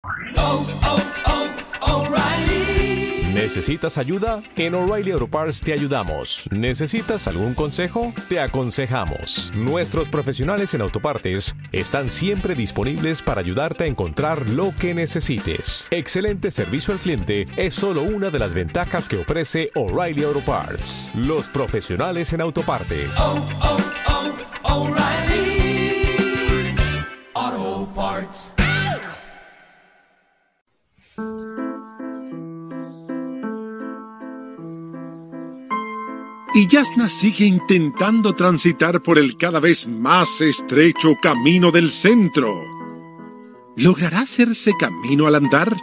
¿Necesitas ayuda? En O'Reilly Auto Parts te ayudamos. ¿Necesitas algún consejo? Te aconsejamos. Nuestros profesionales en autopartes están siempre disponibles para ayudarte a encontrar lo que necesites. Excelente servicio al cliente es solo una de las ventajas que ofrece O'Reilly Auto Parts. Los profesionales en autopartes. O'Reilly Auto Parts. Y Yasna sigue intentando transitar por el cada vez más estrecho camino del centro. ¿Logrará hacerse camino al andar?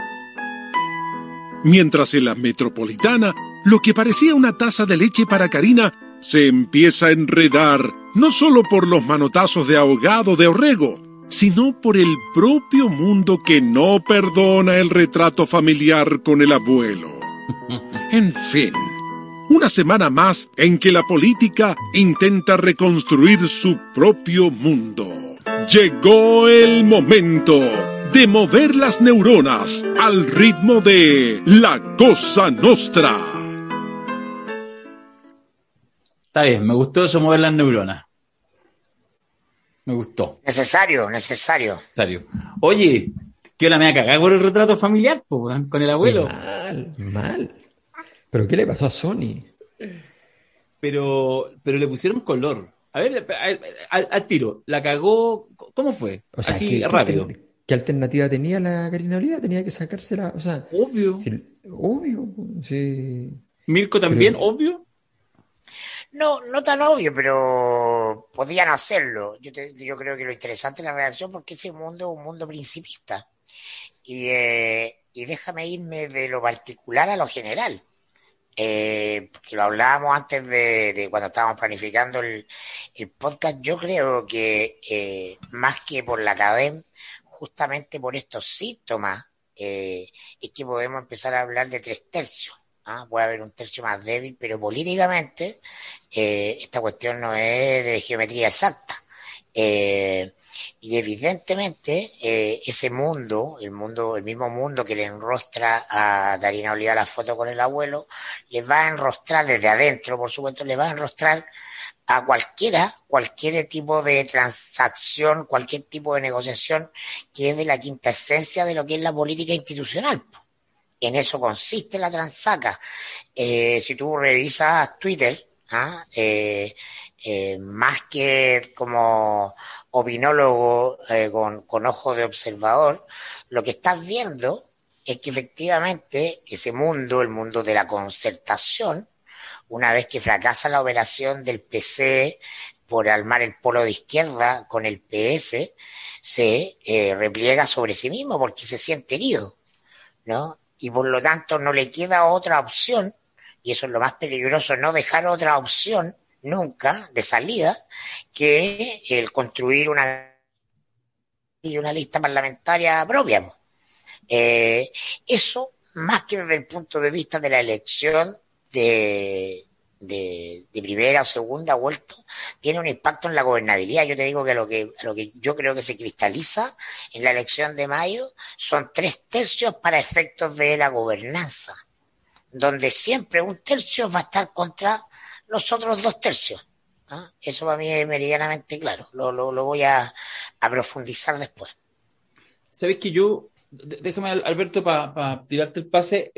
Mientras en la metropolitana, lo que parecía una taza de leche para Karina se empieza a enredar, no solo por los manotazos de ahogado de Orrego, sino por el propio mundo que no perdona el retrato familiar con el abuelo. En fin. Una semana más en que la política intenta reconstruir su propio mundo. Llegó el momento de mover las neuronas al ritmo de La Cosa Nostra. Está bien, me gustó eso, mover las neuronas. Me gustó. Necesario. Oye, ¿qué hora me va a cagar por el retrato familiar, po, con el abuelo? Mal. ¿Pero qué le pasó a Sony? Pero le pusieron color. A ver, al tiro, ¿la cagó? ¿Cómo fue? O sea, así rápido. ¿Qué alternativa tenía la Karina Oliva? Tenía que sacársela, o sea... Obvio. Obvio, sí. ¿Mirko también, Pero, obvio? No tan obvio, pero podían hacerlo. Yo creo que lo interesante es la reacción, porque ese mundo es un mundo principista. Y déjame irme de lo particular a lo general. Porque lo hablábamos antes de cuando estábamos planificando el podcast. Yo creo que más que por la academia, justamente por estos síntomas, es que podemos empezar a hablar de 3/3. Puede haber un tercio más débil, pero políticamente esta cuestión no es de geometría exacta. Y evidentemente ese mundo, el mismo mundo que le enrostra a Karina Oliva la foto con el abuelo, le va a enrostrar desde adentro, por supuesto, le va a enrostrar a cualquier tipo de transacción, cualquier tipo de negociación que es de la quinta esencia de lo que es la política institucional. En eso consiste la transaca. Si tú revisas Twitter, más que como opinólogo con ojo de observador, lo que estás viendo es que efectivamente ese mundo, el mundo de la concertación, una vez que fracasa la operación del PC por armar el polo de izquierda con el PS, se repliega sobre sí mismo porque se siente herido, ¿no? Y por lo tanto no le queda otra opción, y eso es lo más peligroso, no dejar otra opción nunca de salida que el construir una lista parlamentaria propia. Eso, más que desde el punto de vista de la elección de primera o segunda vuelta, tiene un impacto en la gobernabilidad. Yo te digo que lo que yo creo que se cristaliza en la elección de mayo son 3/3 para efectos de la gobernanza, donde siempre 1/3 va a estar contra los otros 2/3. Eso para mí es meridianamente claro. Lo voy a profundizar después. ¿Sabes que déjame, Alberto, para tirarte el pase,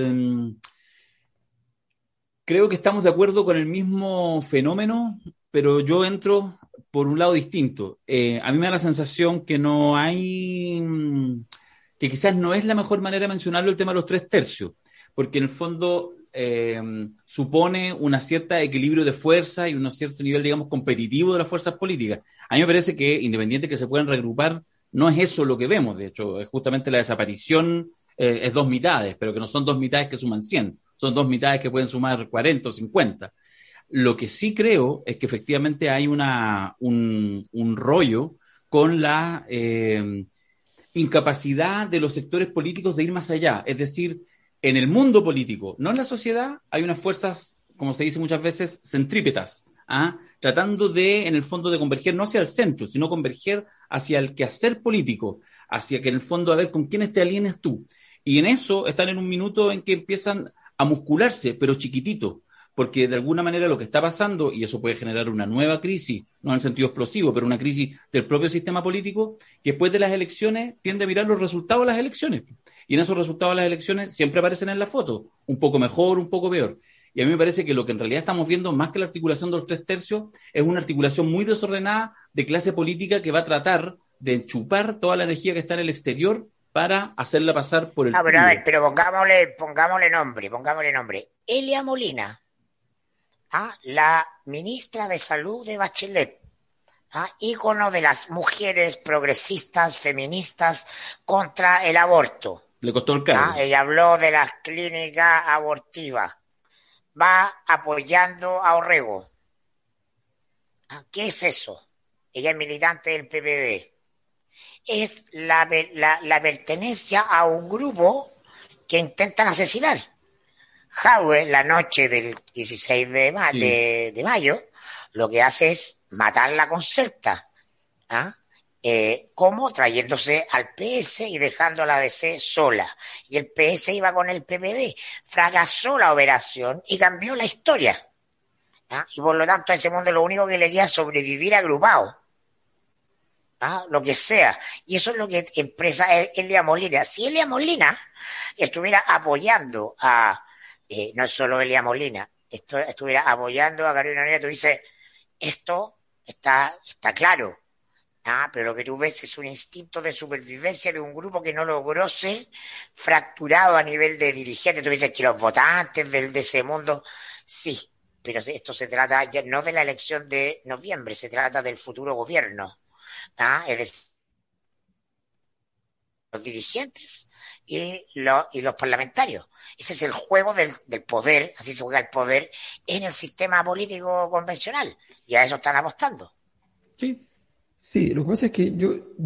creo que estamos de acuerdo con el mismo fenómeno, pero yo entro por un lado distinto. A mí me da la sensación que no hay, que quizás no es la mejor manera de mencionarlo el tema de los 3/3, porque en el fondo supone un cierto equilibrio de fuerza y un cierto nivel, digamos, competitivo de las fuerzas políticas. A mí me parece que, independiente que se puedan reagrupar, no es eso lo que vemos. De hecho, es justamente la desaparición, es 2 mitades, pero que no son 2 mitades que suman 100, son 2 mitades que pueden sumar 40 o 50. Lo que sí creo es que efectivamente hay un rollo con la incapacidad de los sectores políticos de ir más allá. Es decir, en el mundo político, no en la sociedad, hay unas fuerzas, como se dice muchas veces, centrípetas, tratando de, en el fondo, de converger no hacia el centro, sino converger hacia el quehacer político, hacia que en el fondo a ver con quiénes te alienes tú. Y en eso están en un minuto en que empiezan a muscularse, pero chiquitito, porque de alguna manera lo que está pasando, y eso puede generar una nueva crisis, no en el sentido explosivo, pero una crisis del propio sistema político, que después de las elecciones tiende a mirar los resultados de las elecciones. Y en esos resultados de las elecciones siempre aparecen en la foto, un poco mejor, un poco peor. Y a mí me parece que lo que en realidad estamos viendo, más que la articulación de los 3/3, es una articulación muy desordenada de clase política que va a tratar de chupar toda la energía que está en el exterior para hacerla pasar por el Pero a ver, tubo. pero pongámosle nombre. Elia Molina, la ministra de Salud de Bachelet, ícono de las mujeres progresistas, feministas contra el aborto. Le costó el cargo. Ella habló de las clínicas abortivas. Va apoyando a Orrego. ¿Qué es eso? Ella es militante del PPD. Es la pertenencia a un grupo que intentan asesinar. Jaue, la noche del 16 de mayo, lo que hace es matarla con Celta. ¿Cómo? Trayéndose al PS y dejando a la DC sola. Y el PS iba con el PPD. Fracasó la operación y cambió la historia. Y por lo tanto a ese mundo lo único que le queda es sobrevivir agrupado. Lo que sea. Y eso es lo que expresa Elia Molina. Si Elia Molina estuviera apoyando no es solo Elia Molina, estuviera apoyando a Carolina Noguera, tú dices, esto está claro. Pero lo que tú ves es un instinto de supervivencia de un grupo que no logró ser fracturado a nivel de dirigente. Tú dices que los votantes de ese mundo, sí, pero esto se trata ya no de la elección de noviembre, se trata del futuro gobierno. Es decir, los dirigentes y los parlamentarios. Ese es el juego del poder, así se juega el poder en el sistema político convencional. Y a eso están apostando. Sí. Sí, lo que pasa es que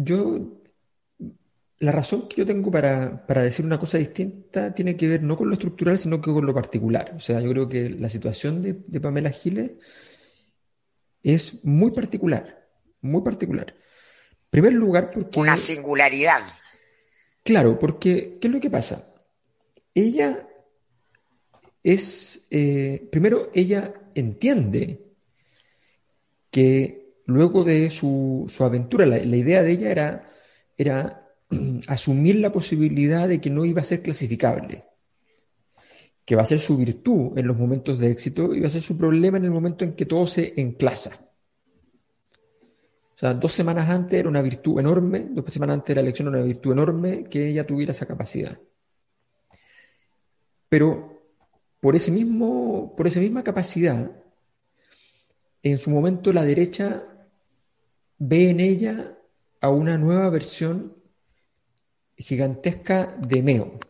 la razón que yo tengo para decir una cosa distinta tiene que ver no con lo estructural, sino que con lo particular. O sea, yo creo que la situación de Pamela Giles es muy particular, muy particular. En primer lugar, Una porque, singularidad. claro, porque, ¿qué es lo que pasa? Ella primero, ella entiende que luego de su aventura, la idea de ella era asumir la posibilidad de que no iba a ser clasificable, que va a ser su virtud en los momentos de éxito y va a ser su problema en el momento en que todo se enclasa. O sea, 2 semanas antes era una virtud enorme, 2 semanas antes de la elección era una virtud enorme que ella tuviera esa capacidad. Pero por esa misma capacidad, en su momento la derecha ve en ella a una nueva versión gigantesca de Meo.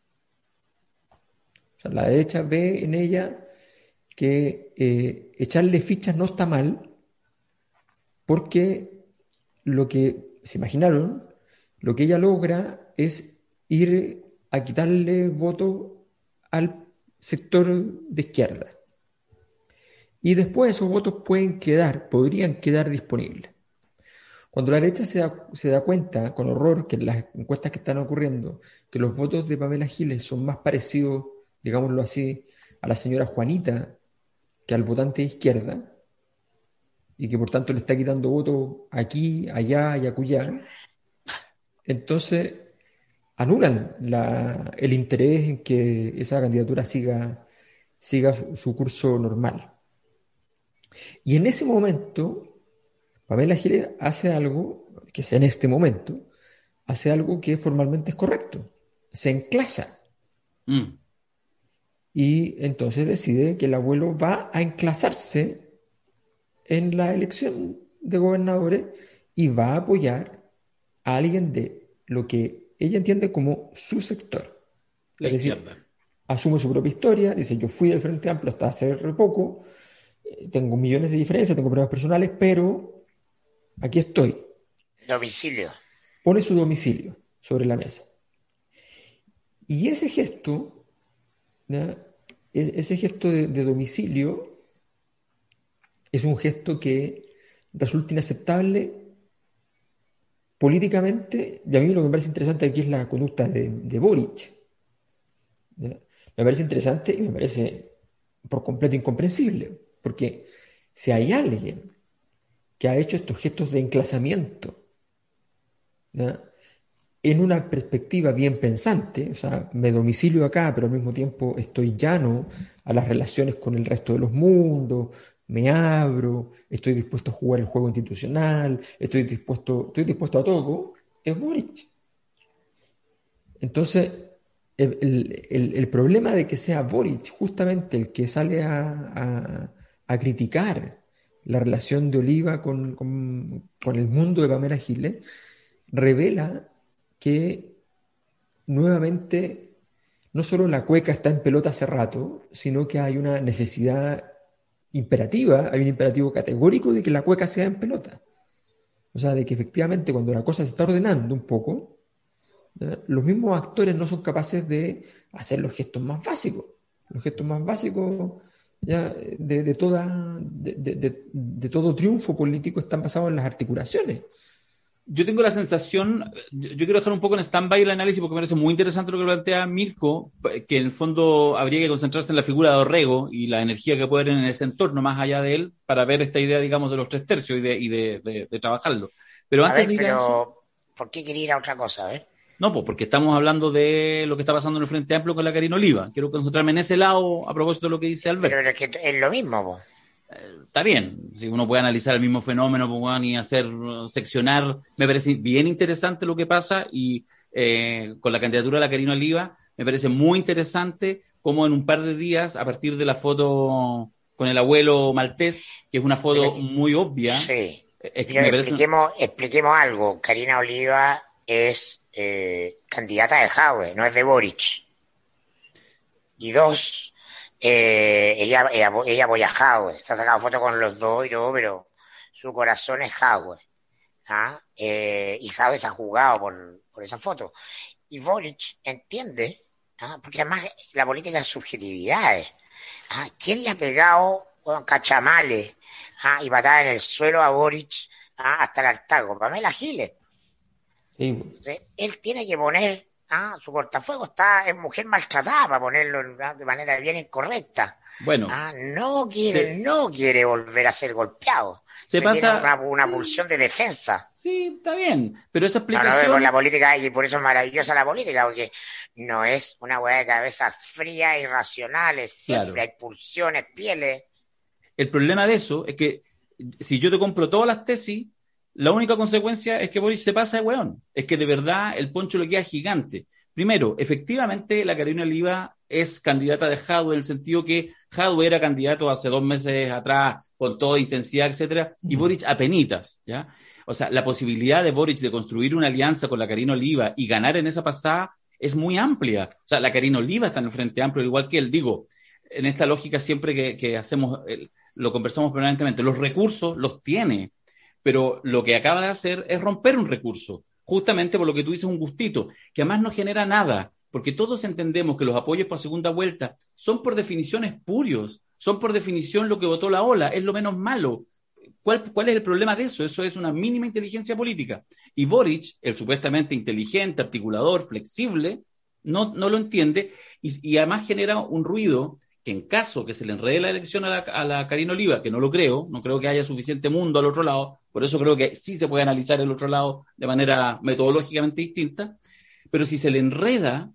O sea, la derecha ve en ella que echarle fichas no está mal, porque lo que se imaginaron, lo que ella logra es ir a quitarle votos al sector de izquierda. Y después esos votos podrían quedar disponibles. Cuando la derecha se da cuenta, con horror, que en las encuestas que están ocurriendo, que los votos de Pamela Giles son más parecidos, digámoslo así, a la señora Juanita que al votante de izquierda, y que por tanto le está quitando votos aquí, allá y acullá, entonces anulan el interés en que esa candidatura siga su curso normal. Y en ese momento, Pamela Giles hace algo, que es en este momento, hace algo que formalmente es correcto. Se enclasa. Y entonces decide que el abuelo va a enclasarse en la elección de gobernadores y va a apoyar a alguien de lo que ella entiende como su sector. La Es decir, izquierda. asume su propia historia, dice, yo fui del Frente Amplio hasta hace re poco, tengo millones de diferencias, tengo problemas personales, pero aquí estoy. Domicilio. Pone su domicilio sobre la mesa. Y ese gesto, ¿ya? Ese gesto de domicilio es un gesto que resulta inaceptable políticamente, y a mí lo que me parece interesante aquí es la conducta de Boric. ¿Ya? Me parece interesante y me parece por completo incomprensible, porque si hay alguien que ha hecho estos gestos de enclasamiento, ¿ya? En una perspectiva bien pensante, o sea, me domicilio acá, pero al mismo tiempo estoy llano a las relaciones con el resto de los mundos, me abro, estoy dispuesto a jugar el juego institucional, estoy dispuesto a todo, es Boric. Entonces, el problema de que sea Boric justamente el que sale a criticar la relación de Oliva con el mundo de Pamela Giles, revela que nuevamente no solo la cueca está en pelota hace rato, sino que hay una necesidad imperativa, hay un imperativo categórico de que la cueca sea en pelota. O sea, de que efectivamente cuando la cosa se está ordenando un poco, ¿ya? Los mismos actores no son capaces de hacer los gestos más básicos. Los gestos más básicos, ¿ya? De todo triunfo político están basados en las articulaciones. Yo tengo la sensación, yo quiero dejar un poco en stand-by el análisis porque me parece muy interesante lo que plantea Mirko, que en el fondo habría que concentrarse en la figura de Orrego y la energía que puede haber en ese entorno más allá de él para ver esta idea, digamos, de los 3/3 y de trabajarlo. Pero A antes ver, de ir a eso, pero ¿por qué quería ir a otra cosa? A ver. no, pues porque estamos hablando de lo que está pasando en el Frente Amplio con la Karina Oliva. Quiero concentrarme en ese lado a propósito de lo que dice Alberto. Pero es que es lo mismo, po. Está bien, si uno puede analizar el mismo fenómeno pues, bueno, y hacer seccionar, me parece bien interesante lo que pasa y con la candidatura de la Karina Oliva me parece muy interesante cómo en un par de días, a partir de la foto con el abuelo maltés, que es una foto muy obvia, Sí. es que Pero me parece... expliquemos algo. Karina Oliva es candidata de Jadwe, no es de Boric. Y dos, ella apoya a Jadwe. Se ha sacado foto con los dos y todo, pero su corazón es Jadwe. ¿Ah? Y Jadwe se ha jugado por esa foto. Y Boric entiende, ¿ah? Porque además la política es subjetividades. ¿Ah? ¿Quién le ha pegado cachamales, ¿ah? Y patadas en el suelo a Boric, ¿ah? Hasta el hartazgo? Pamela Giles. Sí, Entonces, él tiene que poner, su cortafuego es mujer maltratada para ponerlo de manera bien incorrecta. Bueno, No quiere volver a ser golpeado. se pasa... Tiene una pulsión de defensa. Sí, está bien, pero esa No, explicación... con la política, y por eso es maravillosa la política, porque no es una hueá de cabezas frías, irracionales, siempre Claro. hay pulsiones, pieles. El problema de eso es que si yo te compro todas las tesis, la única consecuencia es que Boric se pasa de weón. Es que de verdad el poncho le queda gigante. Primero, efectivamente, la Carolina Oliva es candidata de Jadwe en el sentido que Jadwe era candidato hace 2 meses atrás con toda intensidad, etcétera, y Boric apenitas, ¿ya? O sea, la posibilidad de Boric de construir una alianza con la Carolina Oliva y ganar en esa pasada es muy amplia. O sea, la Carolina Oliva está en el Frente Amplio, igual que él. Digo, en esta lógica siempre que hacemos, lo conversamos permanentemente, los recursos los tiene, pero lo que acaba de hacer es romper un recurso, justamente por lo que tú dices, un gustito, que además no genera nada, porque todos entendemos que los apoyos para segunda vuelta son por definición espurios, son por definición lo que votó la ola, es lo menos malo. ¿Cuál es el problema de eso? Eso es una mínima inteligencia política. Y Boric, el supuestamente inteligente, articulador, flexible, no lo entiende y además genera un ruido que en caso que se le enrede la elección a la Karina Oliva, que no lo creo, no creo que haya suficiente mundo al otro lado, por eso creo que sí se puede analizar el otro lado de manera metodológicamente distinta, pero si se le enreda,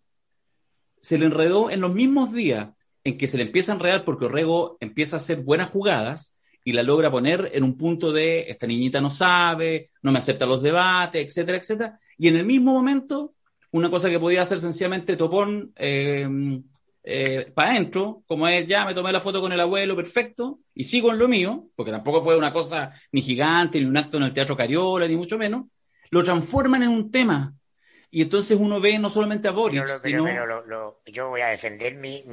se le enredó en los mismos días en que se le empieza a enredar porque Orrego empieza a hacer buenas jugadas y la logra poner en un punto de esta niñita no sabe, no me acepta los debates, etcétera, etcétera, y en el mismo momento, una cosa que podía hacer sencillamente topón para adentro, como es ya me tomé la foto con el abuelo, perfecto, y sigo en lo mío, porque tampoco fue una cosa ni gigante, ni un acto en el Teatro Cariola, ni mucho menos, lo transforman en un tema. Y entonces uno ve no solamente a Boric, sino... Yo voy a defender mi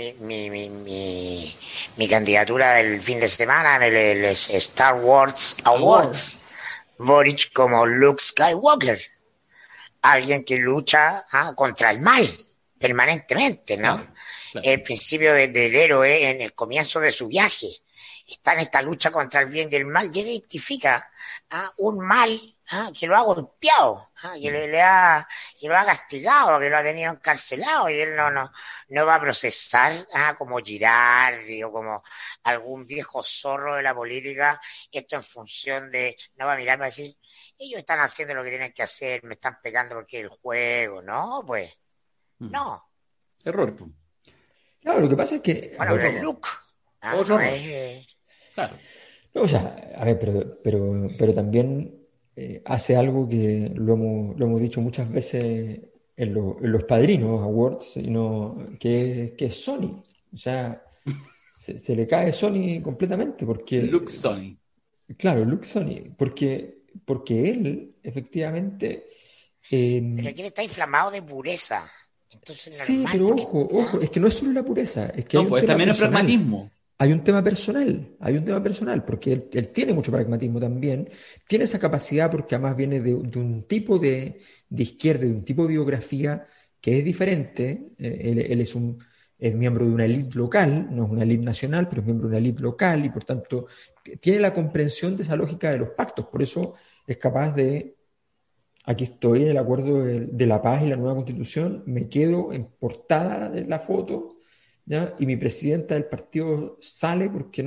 candidatura del fin de semana en el Star Wars Awards. Boric como Luke Skywalker. Alguien que lucha contra el mal permanentemente, ¿no? Claro. El principio del héroe en el comienzo de su viaje. Está en esta lucha contra el bien y el mal y identifica un mal que lo ha golpeado, que lo ha castigado, que lo ha tenido encarcelado, y él no va a procesar como Girardi o como algún viejo zorro de la política, esto en función de, no va a mirar, va a decir, ellos están haciendo lo que tienen que hacer, me están pegando porque es el juego, ¿no? Pues, no. Error, pues. Claro, lo que pasa es que, Bueno, pero el look, Otro no error. es... Claro. o sea, a ver, pero también hace algo que lo hemos dicho muchas veces en los Padrinos Awards, que es Sony. O sea, se le cae Sony completamente Luke porque, Sony. claro, Luke Sony, porque él efectivamente, Pero eh, aquí está inflamado de pureza. Entonces, sí, normal, pero porque... ojo, es que no es solo la pureza, es que hay No, un pues tema también es personal. pragmatismo. Hay un tema personal, porque él tiene mucho pragmatismo también, tiene esa capacidad porque además viene de un tipo de izquierda, de un tipo de biografía que es diferente. Él es miembro de una élite local, no es una élite nacional, pero es miembro de una élite local y por tanto tiene la comprensión de esa lógica de los pactos. Por eso es capaz de, aquí estoy en el acuerdo de la paz y la nueva constitución, me quedo en portada de la foto, ¿ya? Y mi presidenta del partido sale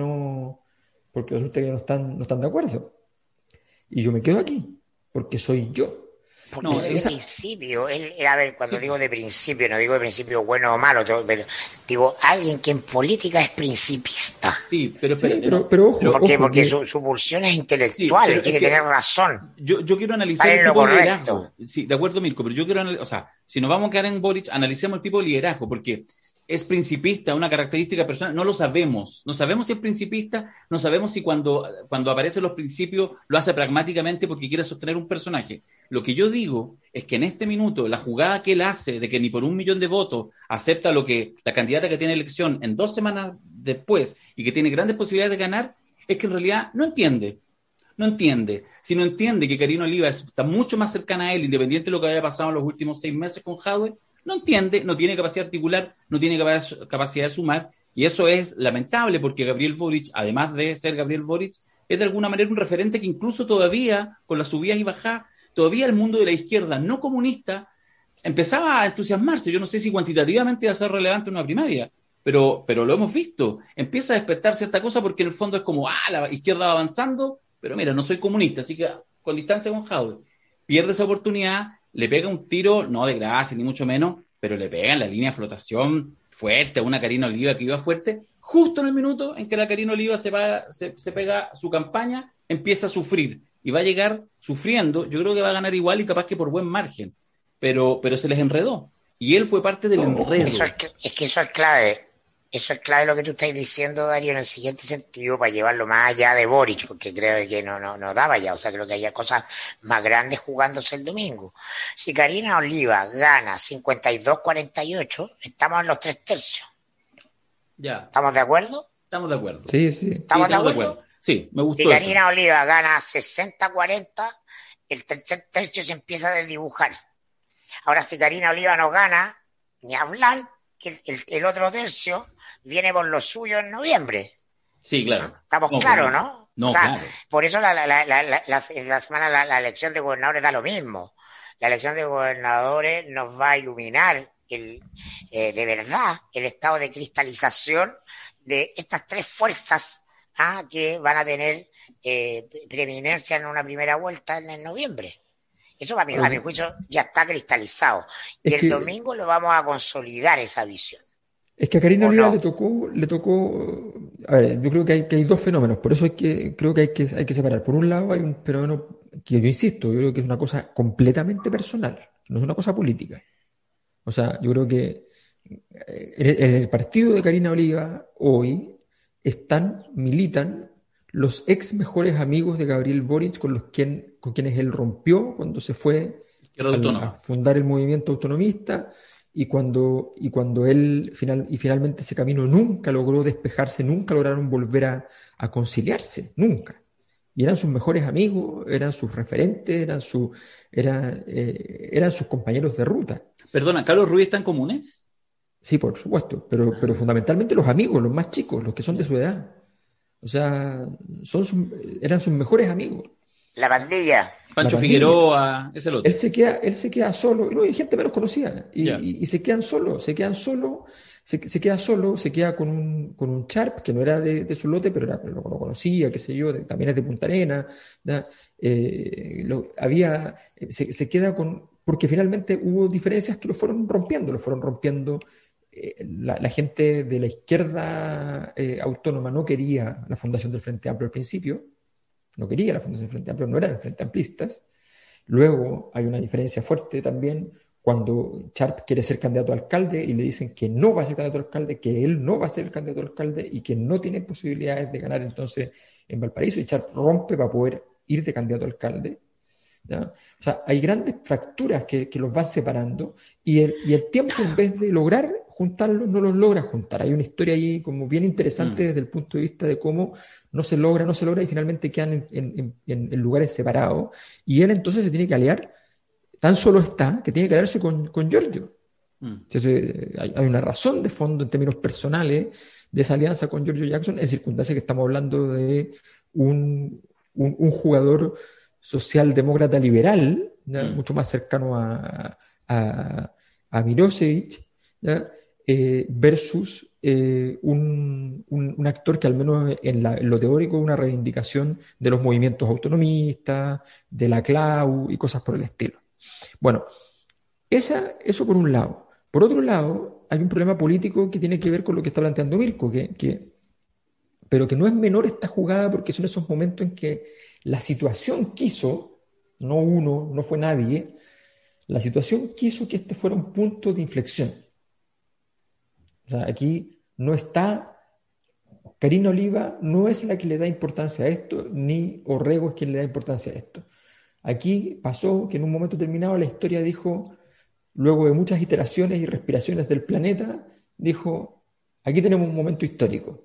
porque resulta que no están de acuerdo. Y yo me quedo aquí, porque soy yo. Porque No, él es de Esa, principio, a ver, cuando sí, digo de principio, no digo de principio bueno o malo, pero digo alguien que en política es principista. sí, pero sí, espérate, no. pero Pero, ojo, Porque que su pulsión es sí, intelectual, pero y es quiere tener que razón, yo quiero estar analizar el en lo tipo de correcto. liderazgo. Sí, de acuerdo, Mirko, pero yo quiero analizar, o sea, si nos vamos a quedar en Boric, analicemos el tipo de liderazgo, porque es principista, una característica personal, no lo sabemos. No sabemos si es principista, no sabemos si cuando aparecen los principios lo hace pragmáticamente porque quiere sostener un personaje. Lo que yo digo es que en este minuto, la jugada que él hace de que ni por 1 millón de votos acepta lo que la candidata que tiene elección en 2 semanas después y que tiene grandes posibilidades de ganar, es que en realidad no entiende. No entiende. Si no entiende que Karina Oliva está mucho más cercana a él, independiente de lo que haya pasado en los últimos 6 meses con Jadwe, no entiende, no tiene capacidad articular, no tiene capacidad de sumar, y eso es lamentable porque Gabriel Boric, además de ser Gabriel Boric, es de alguna manera un referente que incluso todavía, con las subidas y bajadas, todavía el mundo de la izquierda no comunista empezaba a entusiasmarse. Yo no sé si cuantitativamente va a ser relevante una primaria, pero lo hemos visto. Empieza a despertar cierta cosa porque en el fondo es como, la izquierda va avanzando, pero mira, no soy comunista, así que con distancia con Jaude. Pierde esa oportunidad, le pega un tiro, no de gracia, ni mucho menos, pero le pega en la línea de flotación fuerte a una Karina Oliva que iba fuerte, justo en el minuto en que la Karina Oliva se pega su campaña, empieza a sufrir y va a llegar sufriendo. Yo creo que va a ganar igual y capaz que por buen margen, pero se les enredó. Y él fue parte del enredo. Es que eso es clave. Eso es clave lo que tú estás diciendo, Darío, en el siguiente sentido, para llevarlo más allá de Boric, porque creo que no daba ya. O sea, creo que hay cosas más grandes jugándose el domingo. Si Karina Oliva gana 52-48, estamos en los 3 tercios. Ya, ¿Estamos de acuerdo? estamos de acuerdo. sí, ¿Estamos de acuerdo? Sí, me Si gustó eso. Karina Oliva gana 60-40, el tercer tercio se empieza a desdibujar. Ahora, si Karina Oliva no gana, ni hablar, que el otro tercio viene por lo suyo en noviembre. Sí, claro. Estamos No, claros, pues, ¿no? no, O sea, claro. por eso en la semana la elección de gobernadores da lo mismo. La elección de gobernadores nos va a iluminar de verdad el estado de cristalización de estas 3 fuerzas que van a tener preeminencia en una primera vuelta en noviembre. Eso a mi juicio ya está cristalizado. Y Es el que, domingo lo vamos a consolidar esa visión. es que a Karina ¿O Oliva no? le tocó, a ver, yo creo que hay dos fenómenos, por eso creo que hay que separar. Por un lado hay un fenómeno que yo insisto, yo creo que es una cosa completamente personal, no es una cosa política. O sea, yo creo que en el partido de Karina Oliva hoy militan los ex mejores amigos de Gabriel Boric con quienes él rompió cuando se fue Izquierda a Autónoma. fundar el movimiento autonomista y cuando él finalmente ese camino nunca logró despejarse, nunca lograron volver a conciliarse, nunca. Y eran sus mejores amigos, eran sus referentes, eran sus compañeros de ruta. Perdona, ¿Carlos Ruiz está en comunes? Sí, por supuesto, pero fundamentalmente los amigos, los más chicos, los que son de su edad. O sea, eran sus mejores amigos. La pandilla. Pancho la pandilla. Figueroa, ese es el otro. Él se queda solo, no, hay gente menos conocida, Ya. y se queda solo, se queda con un Sharp que no era de su lote, pero lo conocía, qué sé yo, también es de Punta Arenas, ¿ya? Se queda porque finalmente hubo diferencias que lo fueron rompiendo. La gente de la izquierda autónoma no quería la fundación del Frente Amplio al principio, no quería la fundación del Frente Amplio, no eran Frente Amplistas. Luego hay una diferencia fuerte también cuando Sharp quiere ser candidato a alcalde y le dicen que no va a ser candidato a alcalde, que él no va a ser el candidato a alcalde y que no tiene posibilidades de ganar entonces en Valparaíso, y Sharp rompe para poder ir de candidato a alcalde, ¿ya? O sea, hay grandes fracturas que los van separando, y el tiempo, en vez de lograr juntarlos, no los logra juntar. Hay una historia ahí como bien interesante desde el punto de vista de cómo no se logra y finalmente quedan en lugares separados, y él entonces se tiene que aliar, tan solo está que tiene que aliarse con Giorgio. Entonces, hay una razón de fondo en términos personales de esa alianza con Giorgio Jackson, en circunstancias que estamos hablando de un jugador socialdemócrata liberal, ¿ya? Mucho más cercano a Milosevic, ¿ya? Versus un actor que al menos en lo teórico es una reivindicación de los movimientos autonomistas, de la CLAU y cosas por el estilo. Bueno, eso por un lado. Por otro lado, hay un problema político que tiene que ver con lo que está planteando Mirko, pero que no es menor esta jugada, porque son esos momentos en que la situación quiso, no uno, no fue nadie, la situación quiso que este fuera un punto de inflexión. O sea, aquí no está, Karina Oliva no es la que le da importancia a esto, ni Orrego es quien le da importancia a esto. Aquí pasó que en un momento determinado la historia dijo, luego de muchas iteraciones y respiraciones del planeta, dijo, aquí tenemos un momento histórico.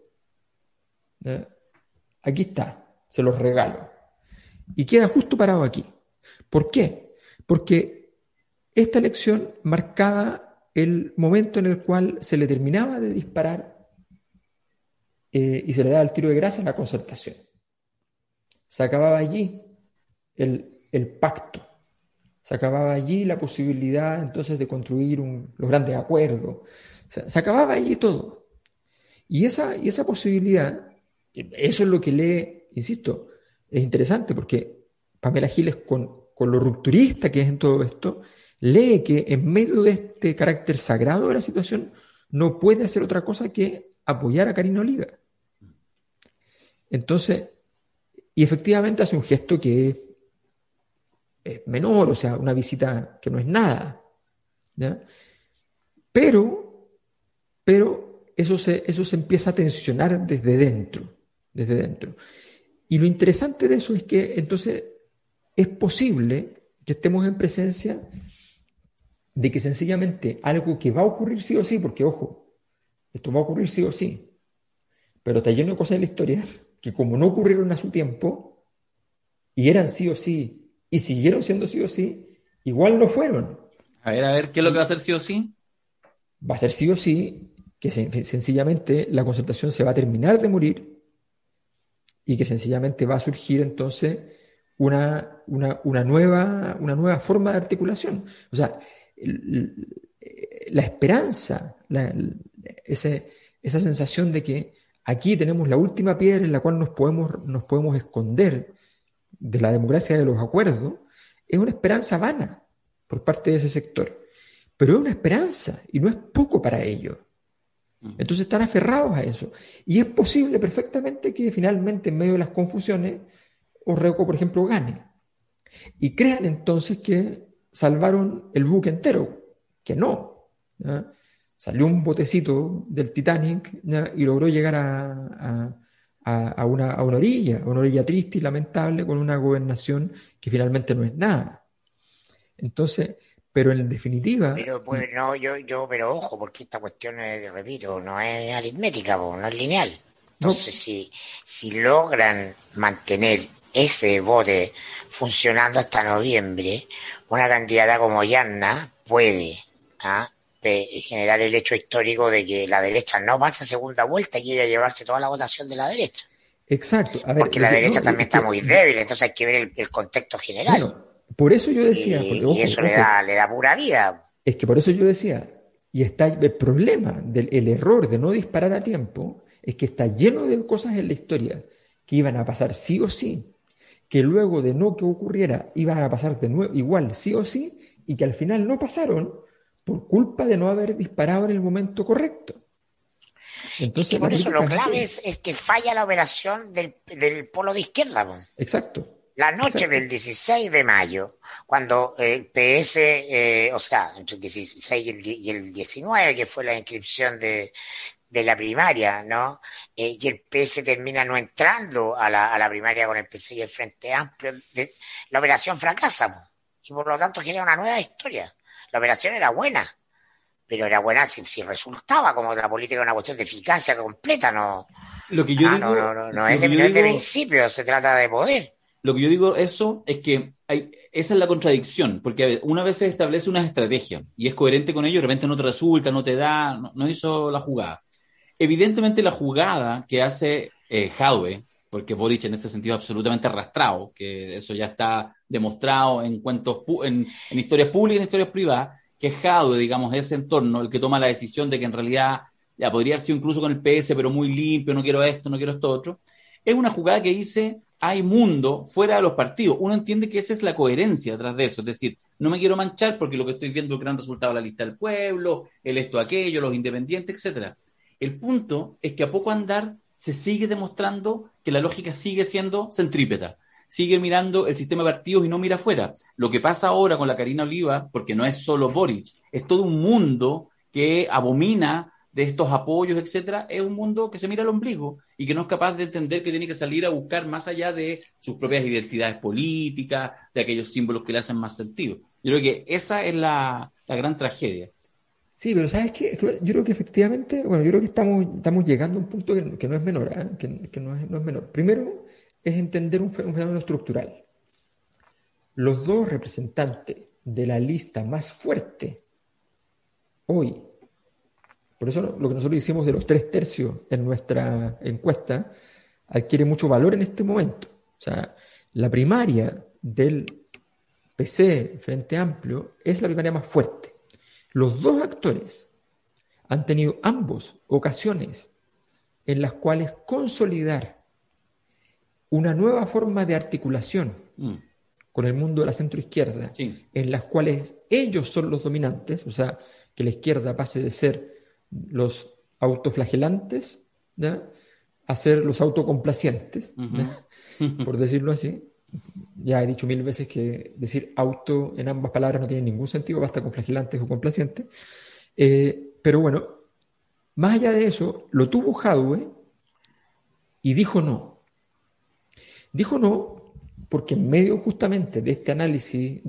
Aquí está, se los regalo. Y queda justo parado aquí. ¿Por qué? Porque esta elección marcaba el momento en el cual se le terminaba de disparar y se le daba el tiro de gracia a la concertación. Se acababa allí el pacto. Se acababa allí la posibilidad entonces de construir los grandes acuerdos. Se acababa allí todo. Y esa posibilidad, eso es lo que lee, insisto, es interesante porque Pamela Giles, con lo rupturista que es en todo esto, lee que en medio de este carácter sagrado de la situación no puede hacer otra cosa que apoyar a Karina Oliva. Entonces, y efectivamente hace un gesto que es menor, o sea, una visita que no es nada, ¿ya? Pero eso se empieza a tensionar desde dentro. Y lo interesante de eso es que entonces es posible que estemos en presencia de que sencillamente algo que va a ocurrir sí o sí, porque ojo, esto va a ocurrir sí o sí, pero está lleno de cosas en la historia que como no ocurrieron a su tiempo y eran sí o sí y siguieron siendo sí o sí, igual no fueron. A ver, ¿qué es lo que va a hacer sí o sí? Va a ser sí o sí que sencillamente la concertación se va a terminar de morir y que sencillamente va a surgir entonces una nueva forma de articulación. O sea, la esperanza, esa sensación de que aquí tenemos la última piedra en la cual nos podemos esconder de la democracia de los acuerdos, es una esperanza vana por parte de ese sector. Pero es una esperanza y no es poco para ellos. Entonces están aferrados a eso. Y es posible perfectamente que finalmente en medio de las confusiones Orrego, por ejemplo, gane. Y crean entonces que salvaron el buque entero, que no, ¿ya? Salió un botecito del Titanic, ¿ya? Y logró llegar a una orilla triste y lamentable, con una gobernación que finalmente no es nada. Entonces, pero en definitiva... Pero pues no, pero ojo, porque esta cuestión es, repito, no es aritmética, no es lineal. Entonces, no. Si logran mantener ese bote funcionando hasta noviembre, una candidata como Yanna puede generar el hecho histórico de que la derecha no pasa segunda vuelta y ella llevarse toda la votación de la derecha. Exacto. A ver, porque la derecha también está muy es débil, entonces hay que ver el contexto general. bueno, por eso yo decía, porque, Y eso le da pura vida. es que por eso yo decía, y está el problema el error de no disparar a tiempo, es que está lleno de cosas en la historia que iban a pasar sí o sí, que luego de no que ocurriera iban a pasar de nuevo igual sí o sí, y que al final no pasaron por culpa de no haber disparado en el momento correcto. Es que Entonces la por eso lo política es clave así. es que falla la operación del polo de izquierda, po. Exacto, La noche exacto. del 16 de mayo, cuando el PS, o sea, entre el 16 y el 19, que fue la inscripción de la primaria, ¿no? Y el PS termina no entrando a la primaria con el PC y el Frente Amplio, la operación fracasa, po. Y por lo tanto genera una nueva historia. La operación era buena, pero era buena si resultaba, como la política es una cuestión de eficacia completa, no, Lo que yo no lo es que yo no es de digo, principio, se trata de poder. lo que yo digo eso es que esa es la contradicción, porque a ver, una vez se establece una estrategia y es coherente con ello, de repente no te resulta, no te da, no hizo la jugada. Evidentemente la jugada que hace Jadwe, porque Boric en este sentido es absolutamente arrastrado, que eso ya está demostrado en cuentos, en historias públicas y en historias privadas, que Jadwe, digamos, ese entorno, el que toma la decisión de que en realidad ya podría haber sido incluso con el PS, pero muy limpio, no quiero esto, no quiero esto otro, es una jugada que dice, hay mundo fuera de los partidos. Uno entiende que esa es la coherencia detrás de eso, es decir, no me quiero manchar porque lo que estoy viendo es el gran resultado de la lista del pueblo, el esto, aquello, los independientes, etcétera. El punto es que a poco andar se sigue demostrando que la lógica sigue siendo centrípeta. Sigue mirando el sistema de partidos y no mira afuera. Lo que pasa ahora con la Karina Oliva, porque no es solo Boric, es todo un mundo que abomina de estos apoyos, etcétera, es un mundo que se mira al ombligo y que no es capaz de entender que tiene que salir a buscar más allá de sus propias identidades políticas, de aquellos símbolos que le hacen más sentido. Yo creo que esa es la gran tragedia. Sí, pero ¿sabes qué? Es que yo creo que efectivamente, bueno, yo creo que estamos llegando a un punto que no es menor, ¿eh? Que no es menor. Primero es entender un fenómeno estructural. Los dos representantes de la lista más fuerte hoy, por eso lo que nosotros hicimos de los 3/3 en nuestra encuesta, adquiere mucho valor en este momento. O sea, la primaria del PC Frente Amplio es la primaria más fuerte. Los dos actores han tenido ambos ocasiones en las cuales consolidar una nueva forma de articulación con el mundo de la centroizquierda, Sí. en las cuales ellos son los dominantes, o sea, que la izquierda pase de ser los autoflagelantes, ¿ya?, a ser los autocomplacientes, por decirlo así. Ya he dicho 1000 veces que decir auto en ambas palabras no tiene ningún sentido, basta con flagelantes o complacientes. Pero bueno, más allá de eso, lo tuvo Jadwe y dijo no. Dijo no porque en medio justamente de este análisis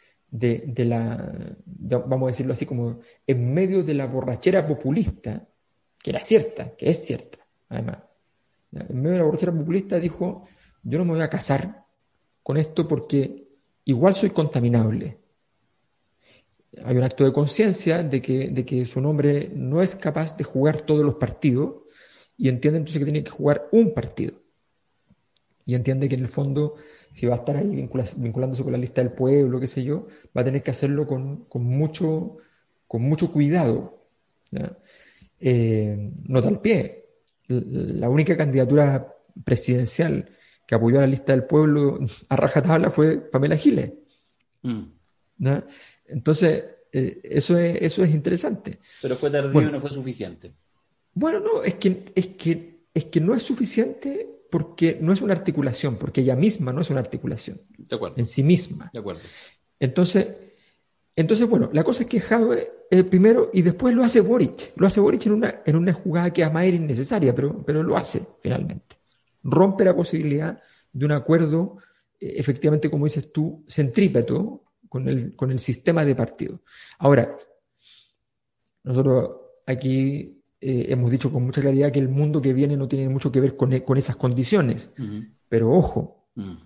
vamos a decirlo así, como en medio de la borrachera populista, que era cierta, que es cierta, además, en medio de la borrachera populista dijo, yo no me voy a casar con esto porque igual soy contaminable. Hay un acto de conciencia de que su nombre no es capaz de jugar todos los partidos y entiende entonces que tiene que jugar un partido. Y entiende que en el fondo, si va a estar ahí vinculándose con la lista del pueblo, qué sé yo, va a tener que hacerlo con mucho cuidado, ¿ya? Nota al pie. La única candidatura presidencial que apoyó a la lista del pueblo a rajatabla fue Pamela Giles. ¿No? Entonces, eso es interesante. Pero fue tardío y no fue suficiente. Bueno, no, es que no es suficiente porque no es una articulación, porque ella misma no es una articulación. De acuerdo. En sí misma. De acuerdo. Entonces, bueno, la cosa es que Jadwe primero y después lo hace Boric. Lo hace Boric en una jugada que además era innecesaria, pero lo hace finalmente. Rompe la posibilidad de un acuerdo, efectivamente, como dices tú, centrípeto con el sistema de partido. Ahora, nosotros aquí hemos dicho con mucha claridad que el mundo que viene no tiene mucho que ver con esas condiciones. Pero ojo,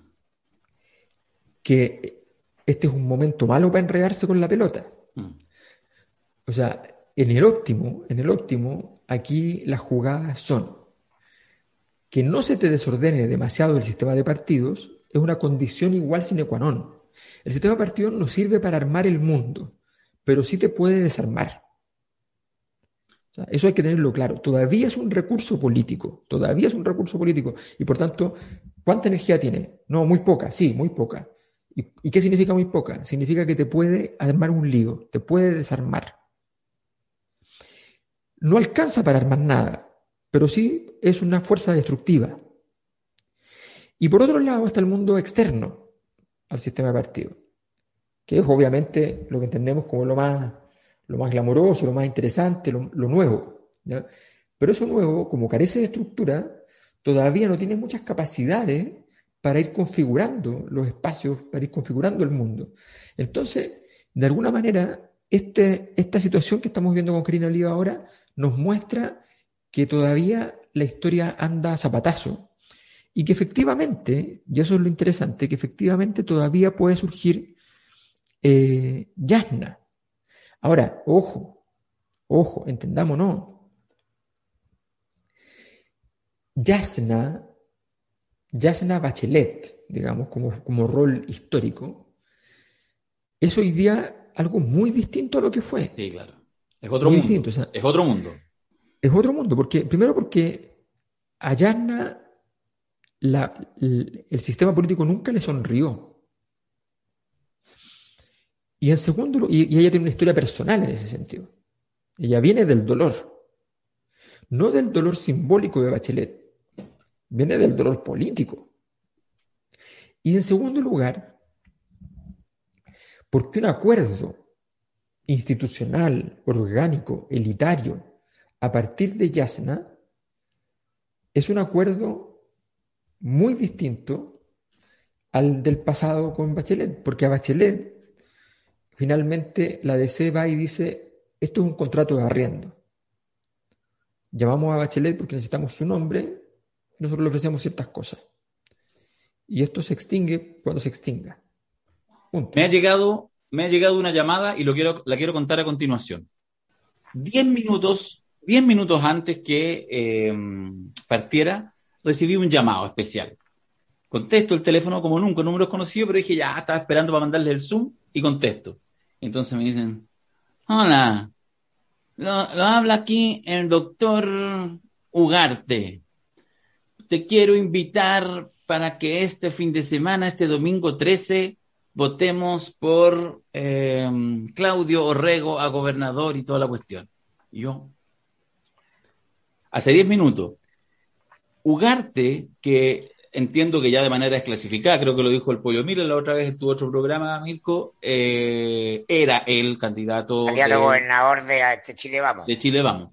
que este es un momento malo para enredarse con la pelota. O sea, en el óptimo, aquí las jugadas son que no se te desordene demasiado el sistema de partidos es una condición igual sine qua non. El sistema de partidos no sirve para armar el mundo, pero sí te puede desarmar. O sea, eso hay que tenerlo claro. Todavía es un recurso político, y por tanto, ¿cuánta energía tiene? No, muy poca, sí, muy poca. ¿Y qué significa muy poca? Significa que te puede armar un lío, te puede desarmar. No alcanza para armar nada, pero sí es una fuerza destructiva. Y por otro lado está el mundo externo al sistema de partidos, que es obviamente lo que entendemos como lo más glamoroso, lo más interesante, lo nuevo, ¿ya? Pero eso nuevo, como carece de estructura, todavía no tiene muchas capacidades para ir configurando los espacios, para ir configurando el mundo. Entonces, de alguna manera, esta situación que estamos viendo con Karina Oliva ahora nos muestra que todavía la historia anda a zapatazo y que efectivamente, y eso es lo interesante, que efectivamente todavía puede surgir Yasna. Ahora, ojo, entendámonos. Yasna Bachelet, digamos, como rol histórico, es hoy día algo muy distinto a lo que fue. Sí, claro. Es otro Muy mundo. distinto, o sea, Es otro mundo. es otro mundo, primero porque a Yasna el sistema político nunca le sonrió. Y en segundo, y ella tiene una historia personal en ese sentido. Ella viene del dolor, no del dolor simbólico de Bachelet, viene del dolor político. Y en segundo lugar, porque un acuerdo institucional, orgánico, elitario, a partir de Yasna, es un acuerdo muy distinto al del pasado con Bachelet, porque a Bachelet finalmente la DC va y dice, esto es un contrato de arriendo. Llamamos a Bachelet porque necesitamos su nombre y nosotros le ofrecemos ciertas cosas. Y esto se extingue cuando se extinga. Punto. Me ha llegado una llamada y la quiero contar a continuación. 10 minutos antes que partiera, recibí un llamado especial. Contesto el teléfono como nunca, número desconocido, pero dije, ya, estaba esperando para mandarles el Zoom y contesto. Entonces me dicen, hola, lo habla aquí el doctor Ugarte. Te quiero invitar para que este fin de semana, este domingo 13, votemos por Claudio Orrego a gobernador y toda la cuestión. Y yo, hace 10 minutos, Ugarte, que entiendo que ya de manera desclasificada, creo que lo dijo el Pollo Miller la otra vez en tu otro programa, Mirko, era el candidato gobernador de Chile Vamos. De Chile Vamos.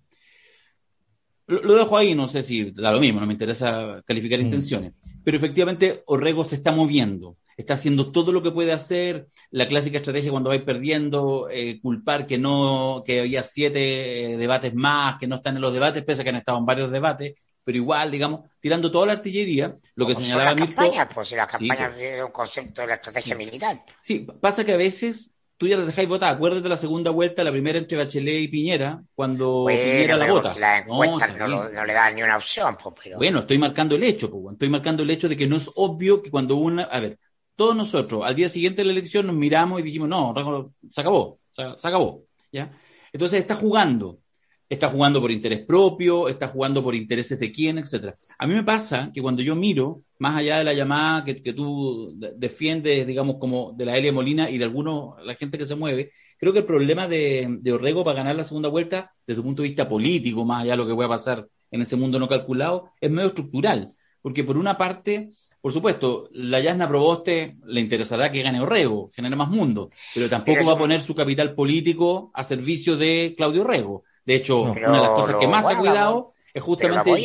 Lo dejo ahí, no sé si da lo mismo, no me interesa calificar intenciones, pero efectivamente Orrego se está moviendo, está haciendo todo lo que puede hacer, la clásica estrategia cuando vais perdiendo, culpar que había 7 debates más, que no están en los debates, pese a que han estado en varios debates, pero igual, digamos, tirando toda la artillería, lo que señalaba Mirko. Las campañas es un concepto de la estrategia militar. Sí, pasa que a veces tú ya les dejáis votar. Acuérdate de la segunda vuelta, la primera entre Bachelet y Piñera, cuando Piñera la vota. Las encuestas no le dan ni una opción. Pero... Bueno, estoy marcando el hecho, de que no es obvio que cuando a ver, todos nosotros al día siguiente de la elección nos miramos y dijimos, no, se acabó, ¿ya? Entonces está jugando por interés propio, está jugando por intereses de quién, etcétera. A mí me pasa que cuando yo miro, más allá de la llamada que tú defiendes, digamos, como de la Elia Molina y de la gente que se mueve, creo que el problema de Orrego para ganar la segunda vuelta, desde un punto de vista político, más allá de lo que pueda pasar en ese mundo no calculado, es medio estructural. Porque por una parte, por supuesto, la Yasna Proboste le interesará que gane Orrego, genere más mundo, pero tampoco va a poner su capital político a servicio de Claudio Orrego. De hecho, una de las cosas que más ha cuidado es justamente...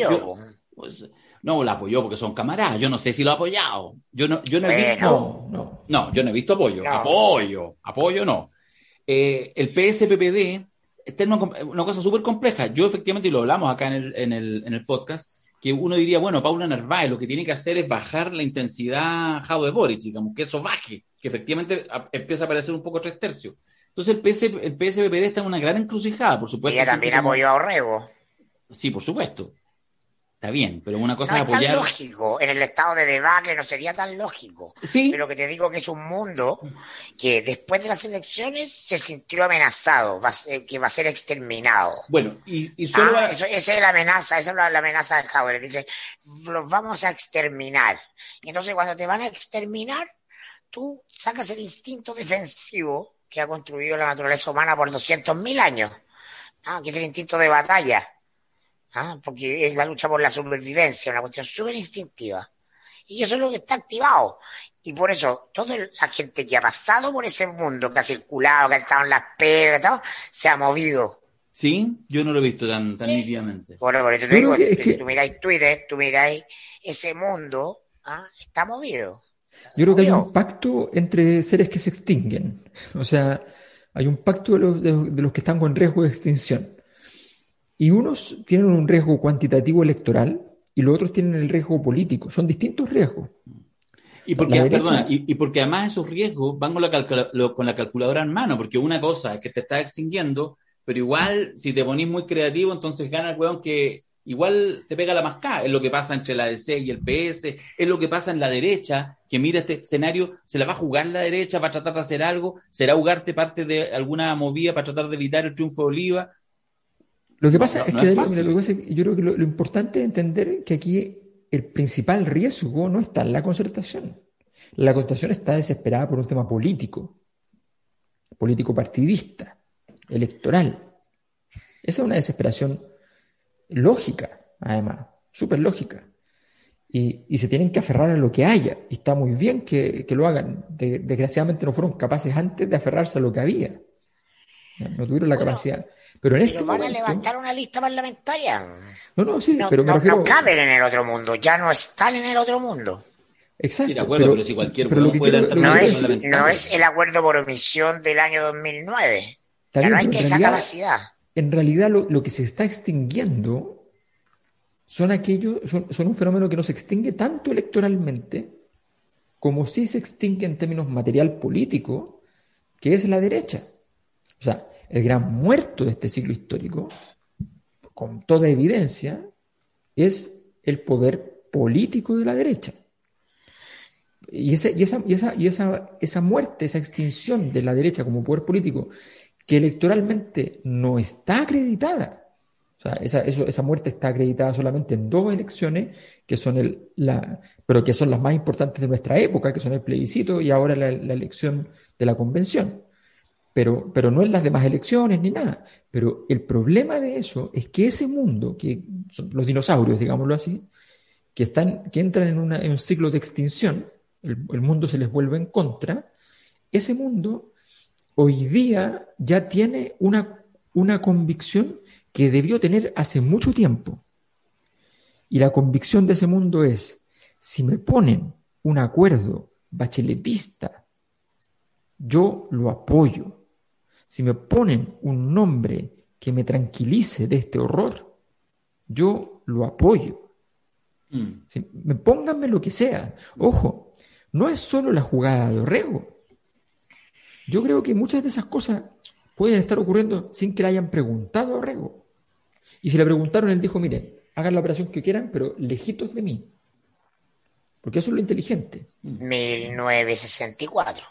No, la apoyó porque son camaradas. Yo no sé si lo ha apoyado. Yo no he visto... No, yo no he visto apoyo. No. Apoyo no. El PSPPD está en una cosa súper compleja. Yo efectivamente, y lo hablamos acá en el podcast, que uno diría, bueno, Paula Narváez lo que tiene que hacer es bajar la intensidad Jado de Boric, digamos, que eso baje, que efectivamente empieza a parecer un poco 3/3. Entonces el PSPPD está en una gran encrucijada, por supuesto. Ella también apoyó a Orrego. Sí, por supuesto. está bien, pero una cosa No es es tan apoyar. lógico, en el estado de debacle no sería tan lógico. Sí, Pero que te digo que es un mundo que después de las elecciones se sintió amenazado, que va a ser exterminado. bueno, y solo Esa es la amenaza, esa es la amenaza de Howard. Dice, los vamos a exterminar. Y entonces cuando te van a exterminar, tú sacas el instinto defensivo que ha construido la naturaleza humana por 200.000 años, que es el instinto de batalla, porque es la lucha por la supervivencia, una cuestión súper instintiva. Y eso es lo que está activado. Y por eso, toda la gente que ha pasado por ese mundo, que ha circulado, que ha estado en las pegas, se ha movido. sí, yo no lo he visto tan nítidamente. Bueno, por eso te Yo digo, creo que es si que tú miráis Twitter, tú miráis ese mundo, está movido. Yo creo que hay un Movido. pacto entre seres que se extinguen. O sea, hay un pacto de los que están con riesgo de extinción. Y unos tienen un riesgo cuantitativo electoral y los otros tienen el riesgo político. Son distintos riesgos. Y La porque, perdona, derecha, y porque además esos riesgos van con con la calculadora en mano, porque una cosa es que te está extinguiendo, pero igual si te ponís muy creativo, entonces gana el weón que igual te pega la mascada. Es lo que pasa entre la DC y el PS, es lo que pasa en la derecha, que mira este escenario, se la va a jugar la derecha para tratar de hacer algo, será jugarte parte de alguna movida para tratar de evitar el triunfo de Oliva. lo que No, pasa no, es no que, es Darío, mira, lo que fácil. pasa es que yo creo que lo importante es entender que aquí el principal riesgo no está en la concertación. La concertación está desesperada por un tema político partidista, electoral. Esa es una desesperación lógica, además, súper lógica. Y se tienen que aferrar a lo que haya. Y está muy bien que lo hagan. Desgraciadamente no fueron capaces antes de aferrarse a lo que había. No tuvieron la Bueno, capacidad. Pero en este pero van a momento, levantar una lista parlamentaria. no, no, sí, No, pero me no, no refiero, caben en el otro mundo, ya no están en el otro mundo. Sí, de exacto, acuerdo, pero si cualquier pero lo weón que puede quiero, levantar lo que una No quiero lista es, decir, no parlamentaria. es el acuerdo por omisión del año 2009. está Ya no bien, hay pero que esa capacidad. en realidad lo que se está extinguiendo son un fenómeno que no se extingue tanto electoralmente como sí se extingue en términos material político, que es la derecha. O sea, el gran muerto de este ciclo histórico, con toda evidencia, es el poder político de la derecha. Esa muerte, esa extinción de la derecha como poder político, que electoralmente no está acreditada. O sea, esa muerte está acreditada solamente en dos elecciones, que son pero que son las más importantes de nuestra época, que son el plebiscito y ahora la elección de la convención. Pero no en las demás elecciones ni nada. Pero el problema de eso es que ese mundo, que son los dinosaurios, digámoslo así, que entran en un ciclo de extinción, el mundo se les vuelve en contra, ese mundo hoy día ya tiene una convicción que debió tener hace mucho tiempo. Y la convicción de ese mundo es, si me ponen un acuerdo bacheletista, yo lo apoyo. Si me ponen un nombre que me tranquilice de este horror, yo lo apoyo. Pónganme lo que sea. Ojo, no es solo la jugada de Orrego. Yo creo que muchas de esas cosas pueden estar ocurriendo sin que le hayan preguntado a Orrego. Y si le preguntaron, él dijo, miren, hagan la operación que quieran, pero lejitos de mí. Porque eso es lo inteligente. 1964.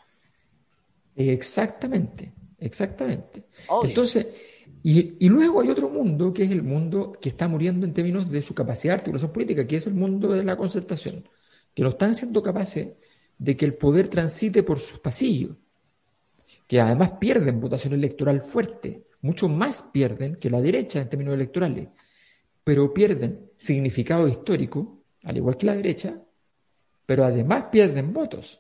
Exactamente. Obvio. Entonces, y luego hay otro mundo, que es el mundo que está muriendo en términos de su capacidad de articulación política, que es el mundo de la concertación, que no están siendo capaces de que el poder transite por sus pasillos, que además pierden votación electoral fuerte, mucho más pierden que la derecha en términos electorales, pero pierden significado histórico, al igual que la derecha, pero además pierden votos.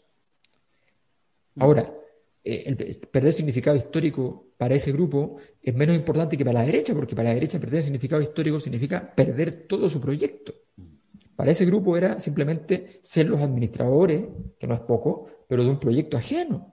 Ahora, perder significado histórico para ese grupo es menos importante que para la derecha, porque para la derecha perder significado histórico significa perder todo su proyecto. Para ese grupo era simplemente ser los administradores, que no es poco, pero de un proyecto ajeno.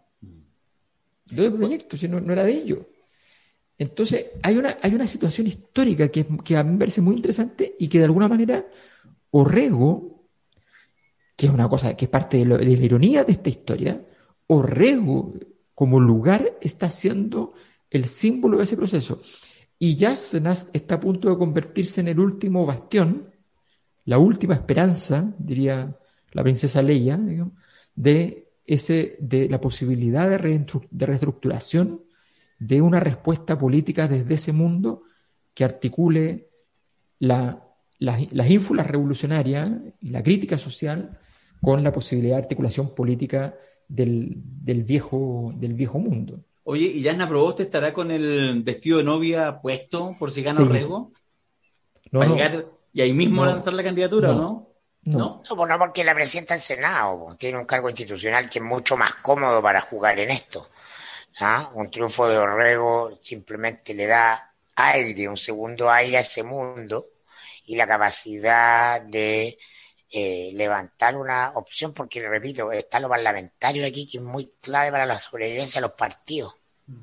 De un proyecto, si no era de ellos. Entonces, hay una situación histórica que a mí me parece muy interesante y que de alguna manera Orrego, que es una cosa que es parte de la ironía de esta historia, Orrego como lugar está siendo el símbolo de ese proceso. Y Yasnas está a punto de convertirse en el último bastión la última esperanza, diría la princesa Leia, digamos, de la posibilidad de reestructuración de una respuesta política desde ese mundo que articule las ínfulas revolucionarias y la crítica social con la posibilidad de articulación política del viejo mundo. Oye, ¿y Jasna Proboste estará con el vestido de novia puesto por si gana Sí. Orrego? No, ¿Para no, llegar y ahí mismo no, lanzar la candidatura o no, no? no. No, pues no, porque la presidenta del Senado pues, tiene un cargo institucional que es mucho más cómodo para jugar en esto. ¿Ah? Un triunfo de Orrego simplemente le da aire, un segundo aire a ese mundo y la capacidad de levantar una opción, porque repito, está lo parlamentario aquí que es muy clave para la sobrevivencia de los partidos,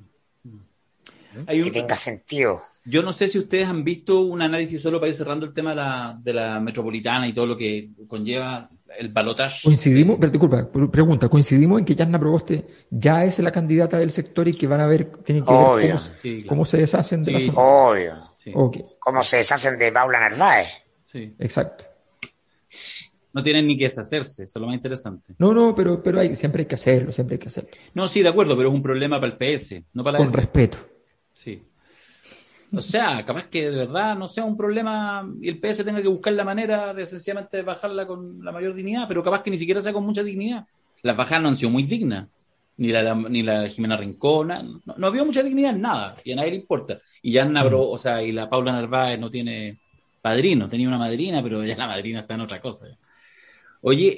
Hay que tenga sentido. Yo no sé si ustedes han visto un análisis, solo para ir cerrando el tema de la metropolitana y todo lo que conlleva el balotaje. Coincidimos, pero disculpa, pregunta, coincidimos en que Jasna Proboste ya es la candidata del sector y que van a ver, tienen que ver Obvio. Sí, claro. cómo se deshacen de la Sí, zona. Obvio. Sí, Ok, Cómo se deshacen de Paula Narváez. sí. exacto. No tienen ni que deshacerse, eso es lo más interesante. No, pero siempre hay que hacerlo, siempre hay que hacerlo. No, sí, de acuerdo, pero es un problema para el PS, no para la Con DC. respeto. Sí. O sea, capaz que de verdad no sea un problema y el PS tenga que buscar la manera de sencillamente bajarla con la mayor dignidad, pero capaz que ni siquiera sea con mucha dignidad. Las bajadas no han sido muy dignas, ni la Jimena Rincón, no había mucha dignidad en nada, y a nadie le importa. Y ya o sea, y la Paula Narváez no tiene padrino, tenía una madrina, pero ya la madrina está en otra cosa. Oye,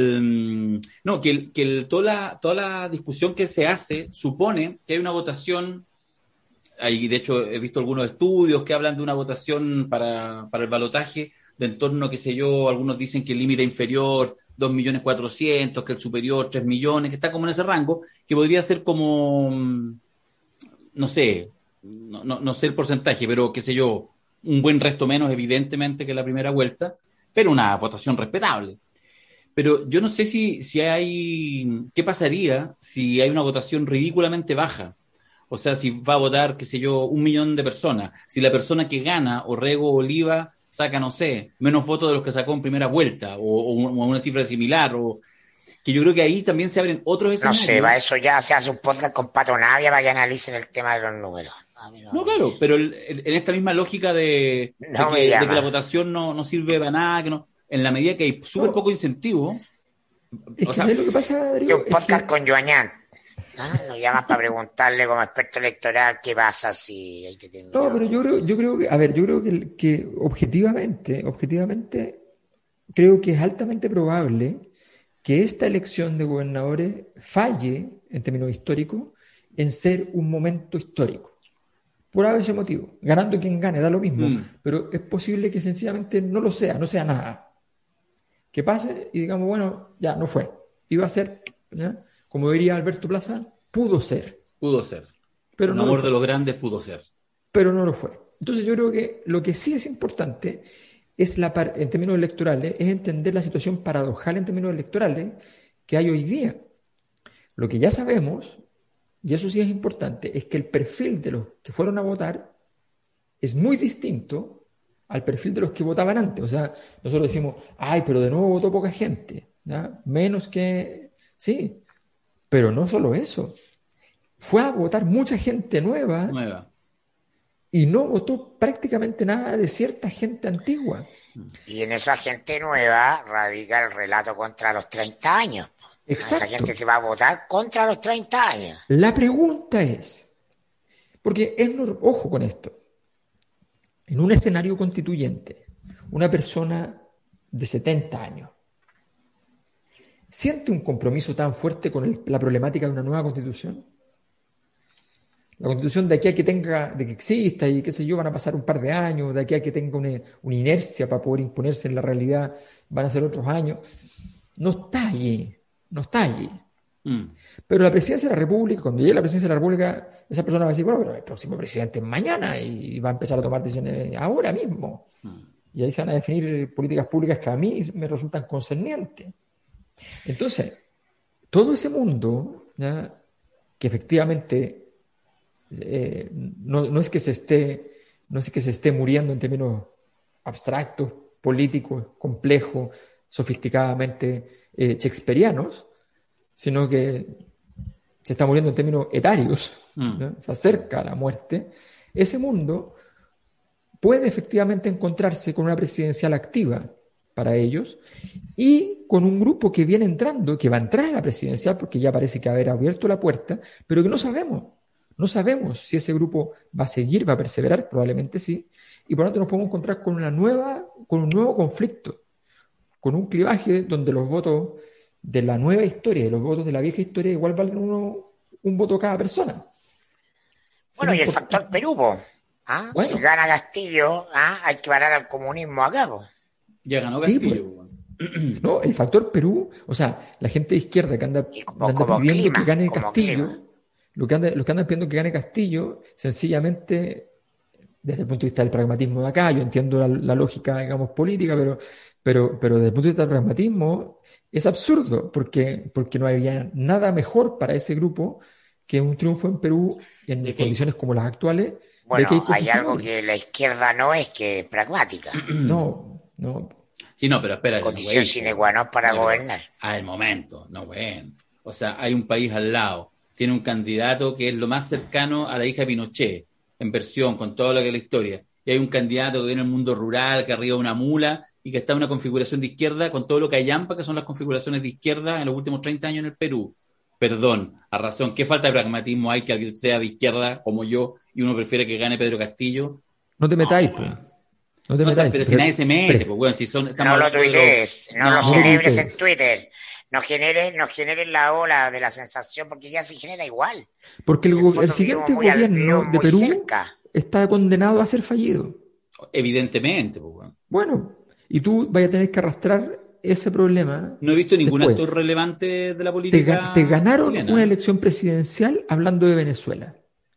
toda la discusión que se hace supone que hay una votación. Ahí, de hecho, he visto algunos estudios que hablan de una votación para el balotaje de en torno, qué sé yo, algunos dicen que el límite inferior 2.400.000, que el superior 3 millones, que está como en ese rango, que podría ser como, no sé, no sé el porcentaje, pero qué sé yo, un buen resto menos, evidentemente, que la primera vuelta, pero una votación respetable. Pero yo no sé qué pasaría si hay una votación ridículamente baja. O sea, si va a votar, qué sé yo, 1 millón de personas. Si la persona que gana, Orrego Oliva, saca, no sé, menos votos de los que sacó en primera vuelta, o una cifra similar, o que yo creo que ahí también se abren otros No escenarios. sé, va eso ya se hace un podcast con Pato Navia para que analicen el tema de los números. No, claro, pero en esta misma lógica de No me que llama. la votación no sirve para nada, que no, en la medida que hay súper poco incentivo. Es O que sea, ¿sabes lo que pasa, Sí, Darío? un Es podcast que- con Joañán. Nos llamas para preguntarle como experto electoral qué pasa si hay que tener. No, pero yo creo que, a ver, yo creo que objetivamente, creo que es altamente probable que esta elección de gobernadores falle, en términos históricos, en ser un momento histórico. Por ese motivo. Ganando quien gane, da lo mismo. Pero es posible que sencillamente no lo sea, no sea nada. Que pase y digamos, bueno, ya no fue. Iba a ser, ¿ya? Como diría Alberto Plaza, pudo ser, pudo ser. pero Un no lo amor fue. de los grandes pudo ser. Pero no lo fue. Entonces yo creo que lo que sí es importante es en términos electorales, es entender la situación paradojal en términos electorales que hay hoy día. Lo que ya sabemos, y eso sí es importante, es que el perfil de los que fueron a votar es muy distinto al perfil de los que votaban antes. O sea, nosotros decimos, ay, pero de nuevo votó poca gente, ¿ya? Menos que... Sí, pero no solo eso. Fue a votar mucha gente nueva y no votó prácticamente nada de cierta gente antigua. Y en esa gente nueva radica el relato contra los 30 años. Exacto. Esa gente se va a votar contra los 30 años. La pregunta es, porque ojo con esto, en un escenario constituyente, una persona de 70 años siente un compromiso tan fuerte con la problemática de una nueva constitución. La constitución de aquí a que de que exista y qué sé yo, van a pasar un par de años, de aquí a que tenga una inercia para poder imponerse en la realidad, van a ser otros años. No está allí. Pero la presidencia de la República, cuando llegue la presidencia de la República, esa persona va a decir, bueno, pero el próximo presidente es mañana y va a empezar a tomar decisiones ahora mismo. Y ahí se van a definir políticas públicas que a mí me resultan concernientes. Entonces, todo ese mundo, ¿ya? Que efectivamente no es que se esté muriendo en términos abstractos políticos complejos, sofisticadamente shakespearianos, sino que se está muriendo en términos etarios, ¿no? Se acerca a la muerte. Ese mundo puede efectivamente encontrarse con una presidencial activa para ellos y con un grupo que viene entrando, que va a entrar a la presidencial porque ya parece que haber abierto la puerta, pero que no sabemos. No sabemos si ese grupo va a seguir, va a perseverar, probablemente sí, y por lo tanto nos podemos encontrar con un nuevo conflicto, con un clivaje donde los votos de la nueva historia y los votos de la vieja historia igual valen un voto cada persona. Bueno, y el factor Perú, po. ¿Ah? Bueno. Si gana Castillo, hay que parar al comunismo acá, po. Ya ganó Sí, Castillo. pues. No, el factor Perú, o sea, la gente de izquierda que anda Como pidiendo clima, que gane como Castillo, clima. los que andan pidiendo que gane Castillo, sencillamente, desde el punto de vista del pragmatismo de acá, yo entiendo la lógica, digamos, política, pero desde el punto de vista del pragmatismo es absurdo, porque no había nada mejor para ese grupo que un triunfo en Perú en De Keiko. condiciones como las actuales de Bueno, Keiko hay algo Fujimori. que la izquierda no es, que es pragmática. No. Sí, no, pero espérate. Condición sine qua non para gobernar. El momento, no, bueno. O sea, hay un país al lado, tiene un candidato que es lo más cercano a la hija de Pinochet, en versión, con todo lo que es la historia. Y hay un candidato que viene del mundo rural, que arriba una mula, y que está en una configuración de izquierda, con todo lo que hay AMPA, que son las configuraciones de izquierda en los últimos 30 años en el Perú. Perdón, a razón, ¿qué falta de pragmatismo hay que alguien sea de izquierda como yo y uno prefiere que gane Pedro Castillo? No te metáis, pues. No te metáis. Pero si nadie se mete, pues bueno, si estamos No lo hablando de tuitees, no lo no celebres tuitees. en Twitter. No generes la ola de la sensación, porque ya se genera igual. Porque En el fondo el siguiente vivimos gobierno vivimos de muy Perú cerca. está condenado a ser fallido. evidentemente, pues bueno. Bueno, y tú vas a tener que arrastrar ese problema. No he visto ningún después. actor relevante de la Te política ganaron chilena. una elección presidencial hablando de Venezuela.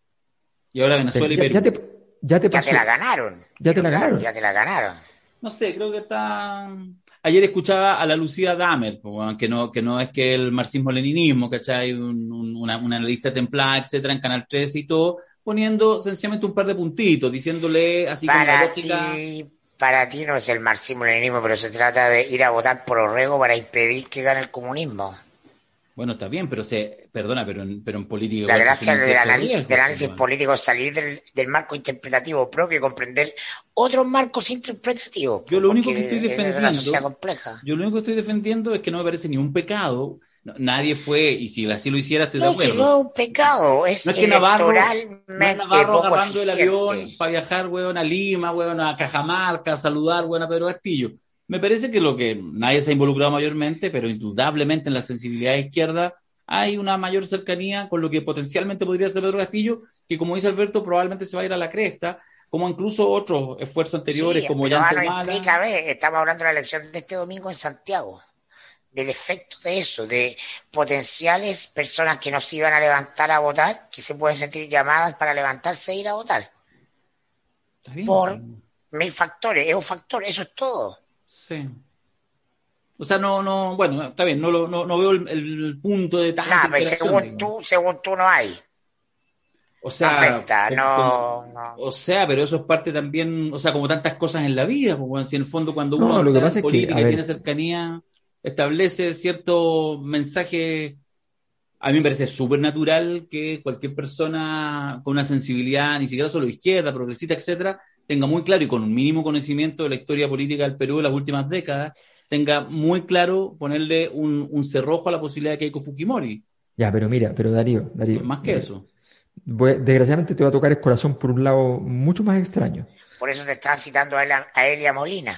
Y ahora Venezuela y Perú. Ya te Ya pasó. te la ganaron. Ya te Pero la claro, ganaron. ya te la ganaron. No sé, creo que está... Ayer escuchaba a la Lucía Damer, pues, bueno, que no es que el marxismo-leninismo, ¿cachai? Una analista templada, etcétera, en Canal 13 y todo, poniendo sencillamente un par de puntitos, diciéndole así con la lógica... Para ti no es el marxismo-leninismo, pero se trata de ir a votar por Orrego para impedir que gane el comunismo. Bueno, está bien, pero perdona, pero en política... La igual se gracia asumen del ciertos análisis riesgos, pues, político es salir del marco interpretativo propio y comprender otros marcos interpretativos. Yo lo único porque que estoy es una sociedad compleja. Yo lo único que estoy defendiendo es que no me parece ni un pecado. Nadie fue, y si así lo hiciera, estoy de No, que acuerdo. no es un pecado, es No es que Navarro electoralmente poco agarrando el avión eficiente. para viajar, weón, a Lima, weón, a Cajamarca, a saludar, weón, a Pedro Castillo. Me parece que lo que nadie se ha involucrado mayormente, pero indudablemente en la sensibilidad izquierda hay una mayor cercanía con lo que potencialmente podría ser Pedro Castillo, que como dice Alberto, probablemente se va a ir a la cresta, como incluso otros esfuerzos anteriores, Sí, como pero Llante no Humala. implica, estamos hablando de la elección de este domingo en Santiago, del efecto de eso, de potenciales personas que no se iban a levantar a votar, que se pueden sentir llamadas para levantarse e ir a votar. Está bien. Por 1000 factores, es un factor, eso es todo. Sí. O sea, bueno, está bien, no veo el punto de tanta Nada, pues interacción, según tú no hay. o sea, No afecta, no. o sea, pero eso es parte también, o sea, como tantas cosas en la vida, pues, bueno, si en el fondo cuando uno No, lo que está pasa en es que, política a y ver, tiene cercanía, establece cierto mensaje. A mí me parece súper natural que cualquier persona con una sensibilidad, ni siquiera solo izquierda, progresista, etcétera, tenga muy claro y con un mínimo conocimiento de la historia política del Perú de las últimas décadas, tenga muy claro ponerle un cerrojo a la posibilidad de Keiko Fujimori. ya, pero mira, pero Darío, No es más que eso. desgraciadamente te va a tocar el corazón por un lado mucho más extraño. Por eso te estaba citando a Elia Molina.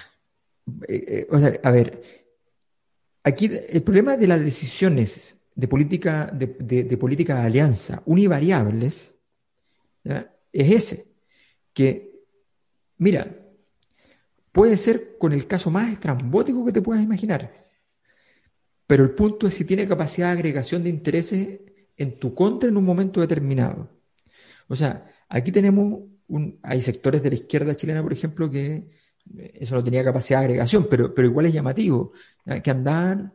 O sea, a ver, aquí el problema de las decisiones de política de alianza univariables, ¿ya? Es ese, que, mira, puede ser con el caso más estrambótico que te puedas imaginar, pero el punto es si tiene capacidad de agregación de intereses en tu contra en un momento determinado. O sea, aquí tenemos hay sectores de la izquierda chilena, por ejemplo, que eso no tenía capacidad de agregación, pero igual es llamativo, ¿ya? Que andaban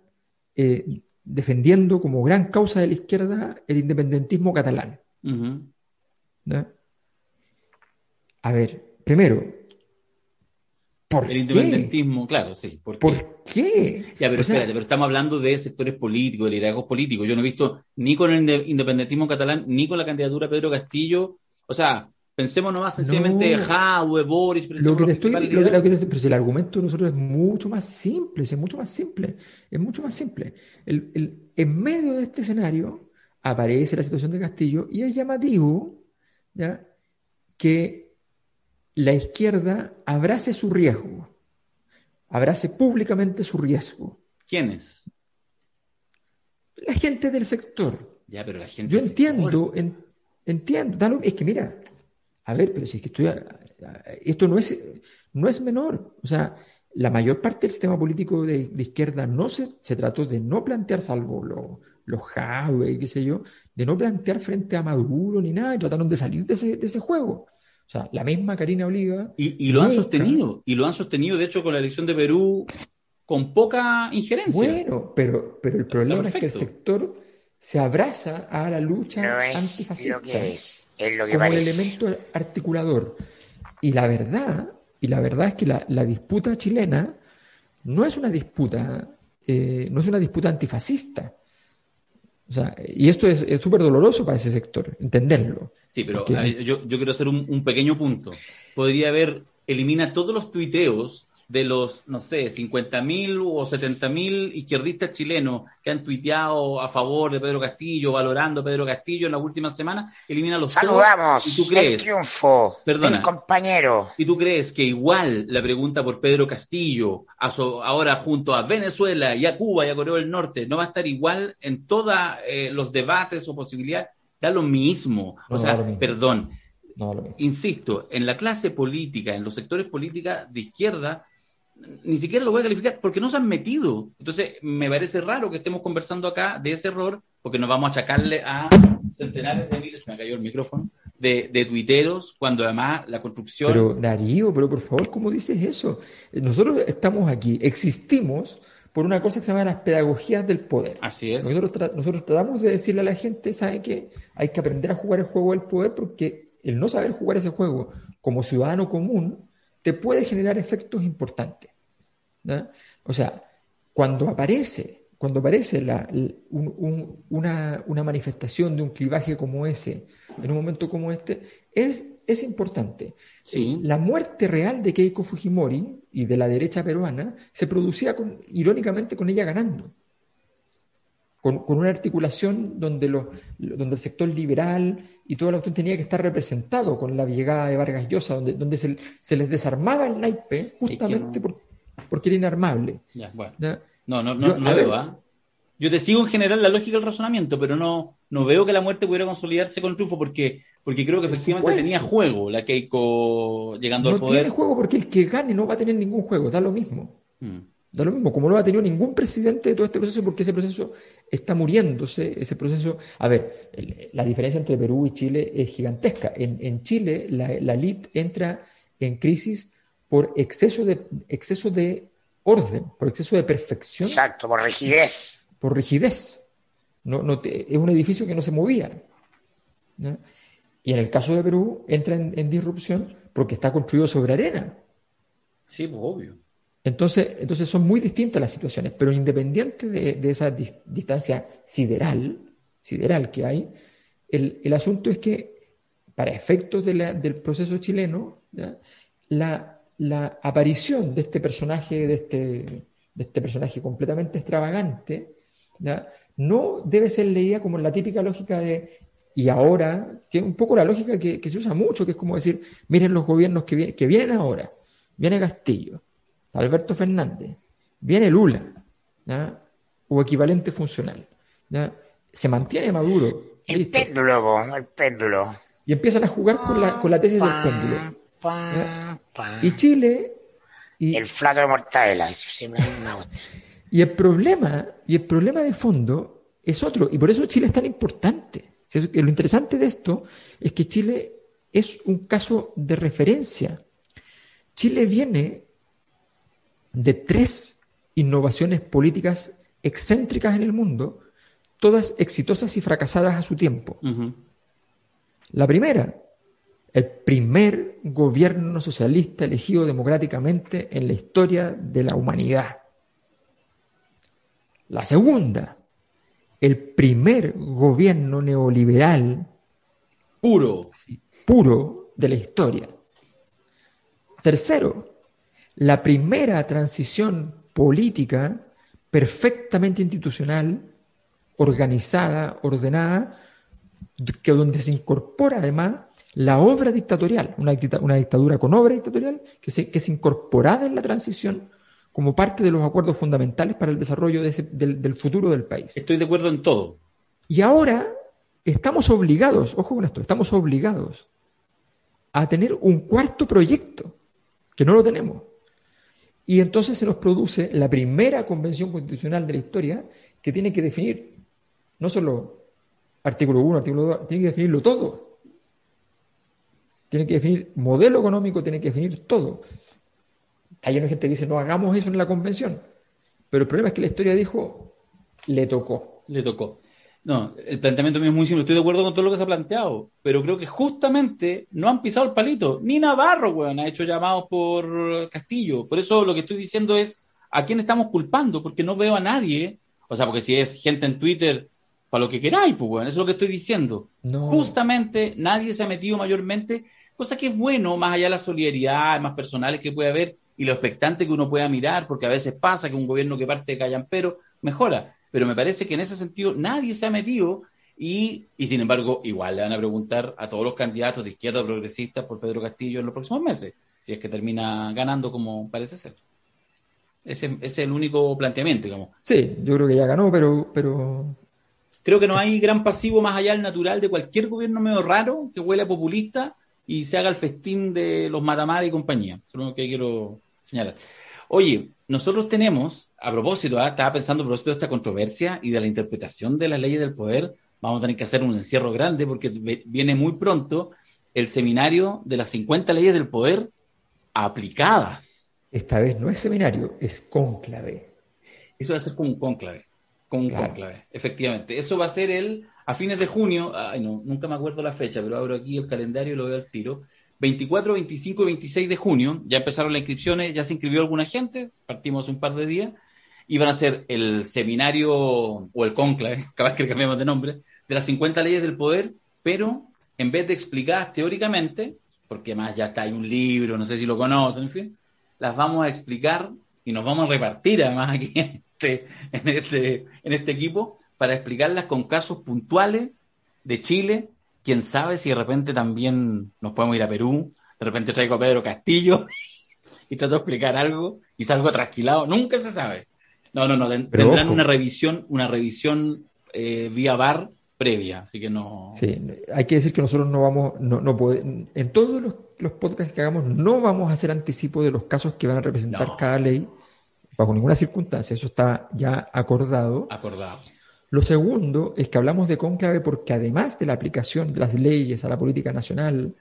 defendiendo como gran causa de la izquierda el independentismo catalán. Uh-huh. ¿Ya? A ver, primero, ¿Por El qué? independentismo, claro, sí. ¿Por qué? ¿Por qué? Ya, pero O sea, espérate, pero estamos hablando de sectores políticos, de liderazgos políticos. Yo no he visto ni con el independentismo catalán, ni con la candidatura de Pedro Castillo. O sea, pensemos nomás sencillamente no. Jadwe, Boric, Lo pensemos que los te estoy, principales lo que liderazgos. pero si el argumento de nosotros es mucho más simple, es mucho más simple, es mucho más simple. En medio de este escenario aparece la situación de Castillo y es llamativo, ¿ya?, que la izquierda abrace su riesgo, abrace públicamente su riesgo. ¿Quiénes? La gente del sector. Ya, pero la gente Yo del sector. entiendo, es que mira, a ver, pero si es que esto no es menor. O sea, la mayor parte del sistema político de izquierda se trató de no plantear, salvo los Jadwe, qué sé yo, de no plantear frente a Maduro ni nada, y trataron de salir de ese juego. O sea, la misma Karina Oliva Y lo han nunca. sostenido. Y lo han sostenido, de hecho, con la elección de Perú, con poca injerencia. Bueno, pero el Está problema es que el perfecto. sector se abraza a la No lucha es antifascista lo que es lo que como el parece. elemento articulador. Y la verdad es que la disputa chilena no es una disputa, no es una disputa antifascista. O sea, y esto es súper doloroso para ese sector, entenderlo. Sí, pero Porque, a ver, yo quiero hacer un pequeño punto. Podría elimina todos los tuiteos de los, no sé, 50.000 o 70.000 izquierdistas chilenos que han tuiteado a favor de Pedro Castillo, valorando a Pedro Castillo en las últimas semanas, elimínalos todos. Saludamos ¿Y tú el crees? triunfo del Perdona. compañero. ¿Y tú crees que igual la pregunta por Pedro Castillo, ahora junto a Venezuela y a Cuba y a Corea del Norte, no va a estar igual en todos los debates o posibilidades? Da lo mismo. no, O no sea, da lo mismo. perdón, No da lo mismo. insisto, en la clase política, en los sectores políticos de izquierda, ni siquiera lo voy a calificar porque no se han metido. Entonces, me parece raro que estemos conversando acá de ese error, porque nos vamos a achacarle a centenares de miles, se me cayó el micrófono, de tuiteros, cuando además la construcción... Pero Darío, pero por favor, ¿cómo dices eso? Nosotros estamos aquí, existimos por una cosa que se llama las pedagogías del poder. Así es. Nosotros tratamos de decirle a la gente, ¿sabe qué? Hay que aprender a jugar el juego del poder porque el no saber jugar ese juego como ciudadano común te puede generar efectos importantes, ¿no? O sea, cuando aparece una manifestación de un clivaje como ese, en un momento como este, es importante. Sí. La muerte real de Keiko Fujimori y de la derecha peruana se producía irónicamente con ella ganando. Con una articulación donde el sector liberal y toda la cuestión tenía que estar representado con la llegada de Vargas Llosa, donde se les desarmaba el naipe justamente porque era inarmable. Ya, bueno. ¿Ya? No lo veo, ¿ah? Yo te sigo en general la lógica del razonamiento, pero no veo que la muerte pudiera consolidarse con el triunfo porque creo que efectivamente tenía juego la Keiko llegando al No poder. tiene juego porque el que gane no va a tener ningún juego, da lo mismo. Da lo mismo, como no ha tenido ningún presidente de todo este proceso, porque ese proceso está muriéndose, ese proceso... A ver, la diferencia entre Perú y Chile es gigantesca. En Chile, la élite entra en crisis por exceso de orden, por exceso de perfección. Exacto, por rigidez. Por rigidez. Es un edificio que no se movía, ¿no? Y en el caso de Perú, entra en disrupción porque está construido sobre arena. Sí, pues obvio. Entonces son muy distintas las situaciones, pero independiente de esa distancia sideral que hay, el asunto es que para efectos del proceso chileno, ¿ya?, la aparición de este personaje, de este personaje completamente extravagante, ¿ya?, no debe ser leída como en la típica lógica y ahora, que es un poco la lógica que se usa mucho, que es como decir, miren los gobiernos que vienen ahora, viene Castillo, Alberto Fernández, viene Lula, ¿ya?, o equivalente funcional, ¿ya?, se mantiene Maduro, El listo, péndulo, el péndulo. y empiezan a jugar con la tesis del péndulo. Y Chile El flato de mortadela. Eso siempre me gusta. y el problema de fondo es otro, y por eso Chile es tan importante. Lo interesante de esto es que Chile es un caso de referencia. Chile viene de 3 innovaciones políticas excéntricas en el mundo, todas exitosas y fracasadas a su tiempo. Uh-huh. La primera, El primer gobierno socialista elegido democráticamente en la historia de la humanidad. La segunda, el primer gobierno neoliberal Puro. puro de la historia. Tercero, la primera transición política perfectamente institucional, organizada, ordenada, que donde se incorpora además la obra dictatorial, una dictadura con obra dictatorial que es incorporada en la transición como parte de los acuerdos fundamentales para el desarrollo del futuro del país. Estoy de acuerdo en todo. Y ahora estamos obligados, ojo con esto, estamos obligados a tener un cuarto proyecto, que no lo tenemos. Y entonces se nos produce la primera convención constitucional de la historia que tiene que definir no solo artículo 1, artículo 2, tiene que definirlo todo. Tiene que definir modelo económico, tiene que definir todo. Hay una gente que dice, no hagamos eso en la convención. Pero el problema es que la historia dijo, le tocó. Le tocó. No, el planteamiento mío es muy simple. Estoy de acuerdo con todo lo que se ha planteado, pero creo que justamente no han pisado el palito. Ni Navarro, weón, ha hecho llamados por Castillo. Por eso lo que estoy diciendo es, ¿a quién estamos culpando? Porque no veo a nadie. O sea, porque si es gente en Twitter, para lo que queráis, pues, weón, eso es lo que estoy diciendo. No. Justamente nadie se ha metido mayormente, cosa que es bueno, más allá de la solidaridad, más personales que puede haber, y lo expectante que uno pueda mirar, porque a veces pasa que un gobierno que parte de callampero mejora. Pero me parece que en ese sentido nadie se ha metido y sin embargo igual le van a preguntar a todos los candidatos de izquierda o progresistas por Pedro Castillo en los próximos meses, si es que termina ganando como parece ser. Ese es el único planteamiento, digamos. Sí, yo creo que ya ganó, pero... Creo que no hay gran pasivo más allá del natural de cualquier gobierno medio raro que huele a populista y se haga el festín de los Matamar y compañía. Eso es lo que quiero señalar. Oye, nosotros tenemos, a propósito, estaba pensando a propósito de esta controversia y de la interpretación de las leyes del poder, vamos a tener que hacer un encierro grande porque viene muy pronto el seminario de las 50 leyes del poder aplicadas. Esta vez no es seminario, es cónclave. Eso va a ser como un cónclave, cónclave, efectivamente. Eso va a ser a fines de junio, nunca me acuerdo la fecha, pero abro aquí el calendario y lo veo al tiro. 24, 25 y 26 de junio, ya empezaron las inscripciones, ya se inscribió alguna gente, partimos un par de días, y van a hacer el seminario o el cónclave, capaz que le cambiamos de nombre, de las 50 leyes del poder, pero en vez de explicadas teóricamente, porque más ya está, hay un libro, no sé si lo conocen, en fin, las vamos a explicar y nos vamos a repartir además aquí en este equipo para explicarlas con casos puntuales de Chile. Quién sabe si de repente también nos podemos ir a Perú, de repente traigo a Pedro Castillo y trato de explicar algo y salgo trasquilado, nunca se sabe. No, tendrán ojo, una revisión vía VAR previa, así que no. Sí, hay que decir que nosotros no vamos, no podemos, en todos los podcasts que hagamos, no vamos a hacer anticipo de los casos que van a representar cada ley, bajo ninguna circunstancia, eso está ya acordado. Lo segundo es que hablamos de cónclave porque además de la aplicación de las leyes a la política nacional,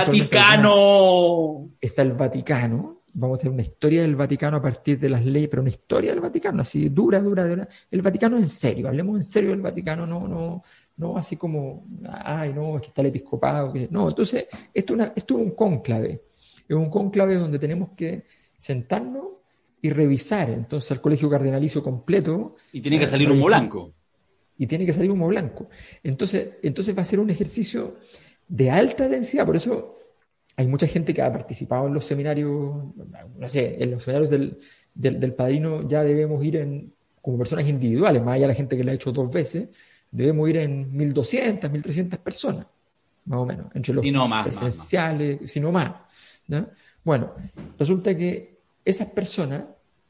¡Vaticano! Está el Vaticano. Vamos a tener una historia del Vaticano a partir de las leyes, pero una historia del Vaticano, así dura. El Vaticano en serio, hablemos en serio del Vaticano, no así como, no, es que está el episcopado. No, entonces, esto es un cónclave. Es un cónclave donde tenemos que sentarnos y revisar entonces al colegio cardenalicio completo. Y tiene que salir humo blanco. Y tiene que salir humo blanco. Entonces va a ser un ejercicio de alta densidad. Por eso hay mucha gente que ha participado en los seminarios, no sé, en los seminarios del Padrino ya debemos ir como personas individuales, más allá de la gente que lo ha hecho 2 veces, debemos ir en 1.200, 1.300 personas, más o menos, entre los presenciales, sino más. ¿No? Bueno, resulta que esas personas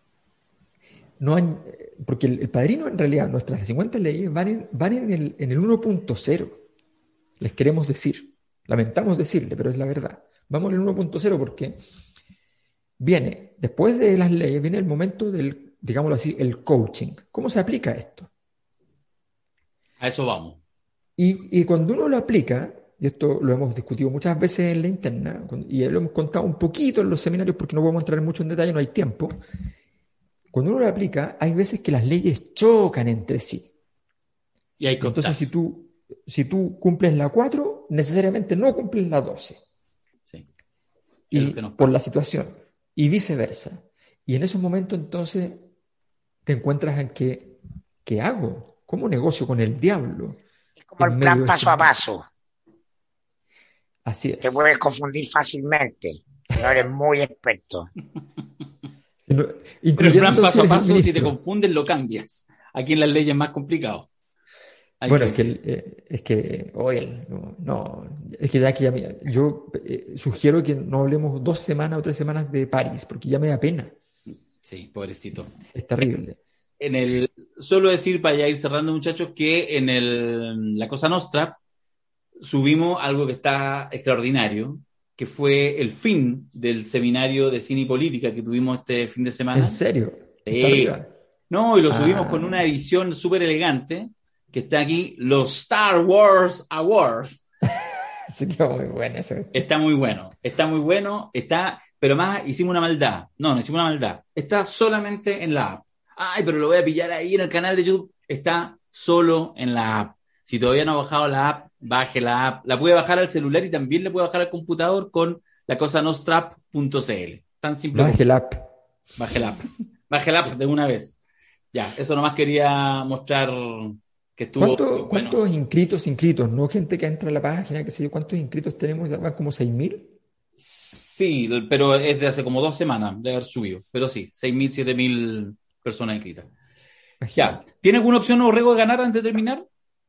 no han, porque el Padrino en realidad, nuestras 50 leyes van en el 1.0, les queremos decir, lamentamos decirle, pero es la verdad. Vamos en el 1.0 porque después de las leyes, viene el momento del, digámoslo así, el coaching. ¿Cómo se aplica esto? A eso vamos. Y cuando uno lo aplica, y esto lo hemos discutido muchas veces en la interna, y lo hemos contado un poquito en los seminarios porque no podemos entrar mucho en detalle, no hay tiempo. Cuando uno lo aplica, hay veces que las leyes chocan entre sí. Y hay que entonces, si tú cumples la 4, necesariamente no cumples la 12. Es y lo que nos por pasa. la situación, y viceversa. Y en esos momentos entonces te encuentras en que, ¿qué hago? ¿Cómo negocio con el diablo Es como en el medio plan de este paso a mundo? paso. Así Te es. puedes confundir fácilmente si no eres muy experto. No- Pero el plan incluyendo si paso a eres el paso, si te ministro. confundes, lo cambias. Aquí en las leyes es más complicado. Hay Bueno, que ver. oye, es que yo sugiero que no hablemos 2 semanas o 3 semanas de París, porque ya me da pena. Sí, pobrecito. Es terrible. Solo decir para ya ir cerrando, muchachos, que la Cosa Nostra subimos algo que está extraordinario, que fue el fin del seminario de cine y política que tuvimos este fin de ¿En semana. serio? ¿Está Sí. arriba? No, y lo subimos con una Ah, edición súper elegante, que está aquí, los Star Wars Awards. sí que muy buena eso. Está muy bueno, pero más hicimos una maldad. No hicimos una maldad. Está solamente en la app. Ay, pero lo voy a pillar ahí en el canal de YouTube. Está solo en la app. Si todavía no ha bajado la app, baje la app. La puede bajar al celular y también la puede bajar al computador con lacosanostrap.cl. Tan simple como Baje el app. baje la app. Baje la app de una vez. Ya, eso nomás quería mostrar que estuvo muy bueno. ¿Cuántos inscritos? No gente que entra a la página, qué sé yo, ¿cuántos inscritos tenemos? Van como 6.000. Sí, pero es de hace como 2 semanas de haber subido. Pero sí, 6.000, 7.000 personas inscritas. Ya, Imagínate. ¿tiene alguna opción Orrego de ganar antes de terminar?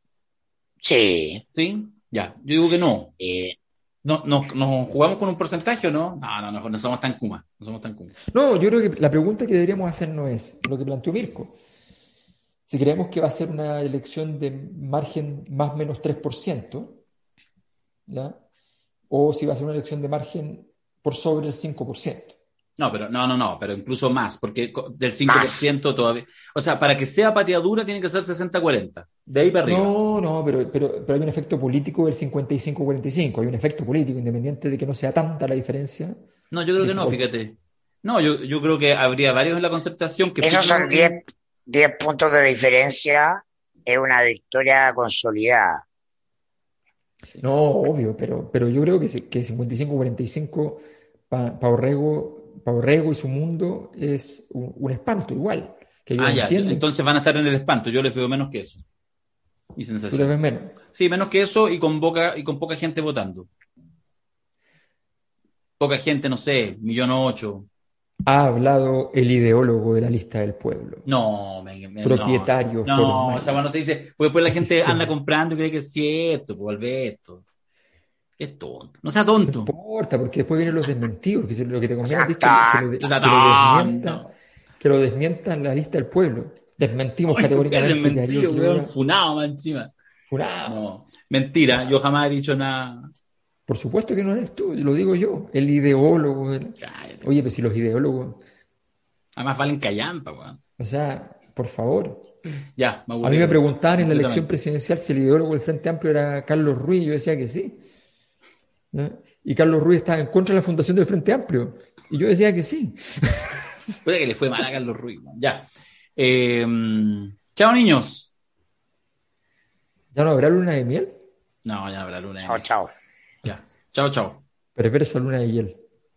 Sí. Sí, ya, yo digo que no. eh, ¿No jugamos con un porcentaje o no? No somos tan Kuma. No somos tan Kuma. No, yo creo que la pregunta que deberíamos hacernos es lo que planteó Mirko. Si creemos que va a ser una elección de margen más o menos 3%, ¿ya? O si va a ser una elección de margen por sobre el 5%. Pero incluso más, porque del más. 5% todavía. O sea, para que sea pateadura tiene que ser 60-40. De ahí para arriba. No, pero hay un efecto político del 55-45. Hay un efecto político, independiente de que no sea tanta la diferencia. No, yo creo que no, fíjate. No, yo creo que habría varios en la concertación que Esos son firman. 10 puntos de diferencia. Es una victoria consolidada. No, obvio, pero yo creo que 55-45 para Orrego y su mundo es un espanto igual, que ellos Ya, entienden. entonces van a estar en el espanto. Yo les veo menos que eso. Mi Tú le sensación. ves menos. Sí, menos que eso y con poca gente votando. Poca gente, no sé, 1.800.000. Ha hablado el ideólogo de la lista del pueblo, No, propietario no, esa formal, no se dice, porque después la gente anda oficial. comprando y cree que es cierto, pues Alberto. Qué tonto. No sea No tonto. importa, porque después vienen los desmentidos, que lo que te O conviene a sea, ti es No sea desmienta, tonto. que lo desmientan la lista del pueblo. Desmentimos Oye, es categóricamente que Ariel desmentido, weón, Roa funado más encima. funado. No, mentira, yo jamás he dicho nada. Por supuesto que no eres tú, lo digo yo, el ideólogo. Cállate. Oye, pues si los ideólogos, Además valen callampa, weón. o sea, por favor. Ya, me A mí me aburrí preguntaban en la elección completamente. presidencial si el ideólogo del Frente Amplio era Carlos Ruiz, y yo decía que sí. ¿No? Y Carlos Ruiz estaba en contra de la fundación del Frente Amplio, y yo decía que sí. Puede que le fue mal a Carlos Ruiz, weón. Ya. Chao, niños. ¿Ya no habrá luna de miel? No, ya no habrá luna de chao, miel. chao. Ya. Chao, chao. Perversa luna de miel.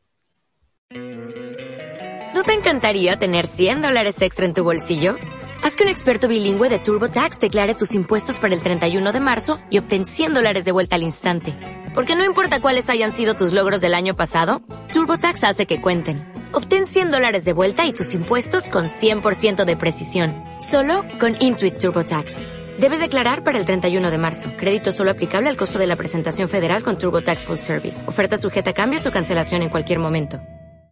¿No te encantaría tener $100 extra en tu bolsillo? Haz que un experto bilingüe de TurboTax declare tus impuestos para el 31 de marzo y obtén $100 de vuelta al instante. Porque no importa cuáles hayan sido tus logros del año pasado, TurboTax hace que cuenten. Obtén $100 de vuelta y tus impuestos con 100% de precisión. Solo con Intuit TurboTax. Debes declarar para el 31 de marzo. Crédito solo aplicable al costo de la presentación federal con TurboTax Full Service. Oferta sujeta a cambios o cancelación en cualquier momento.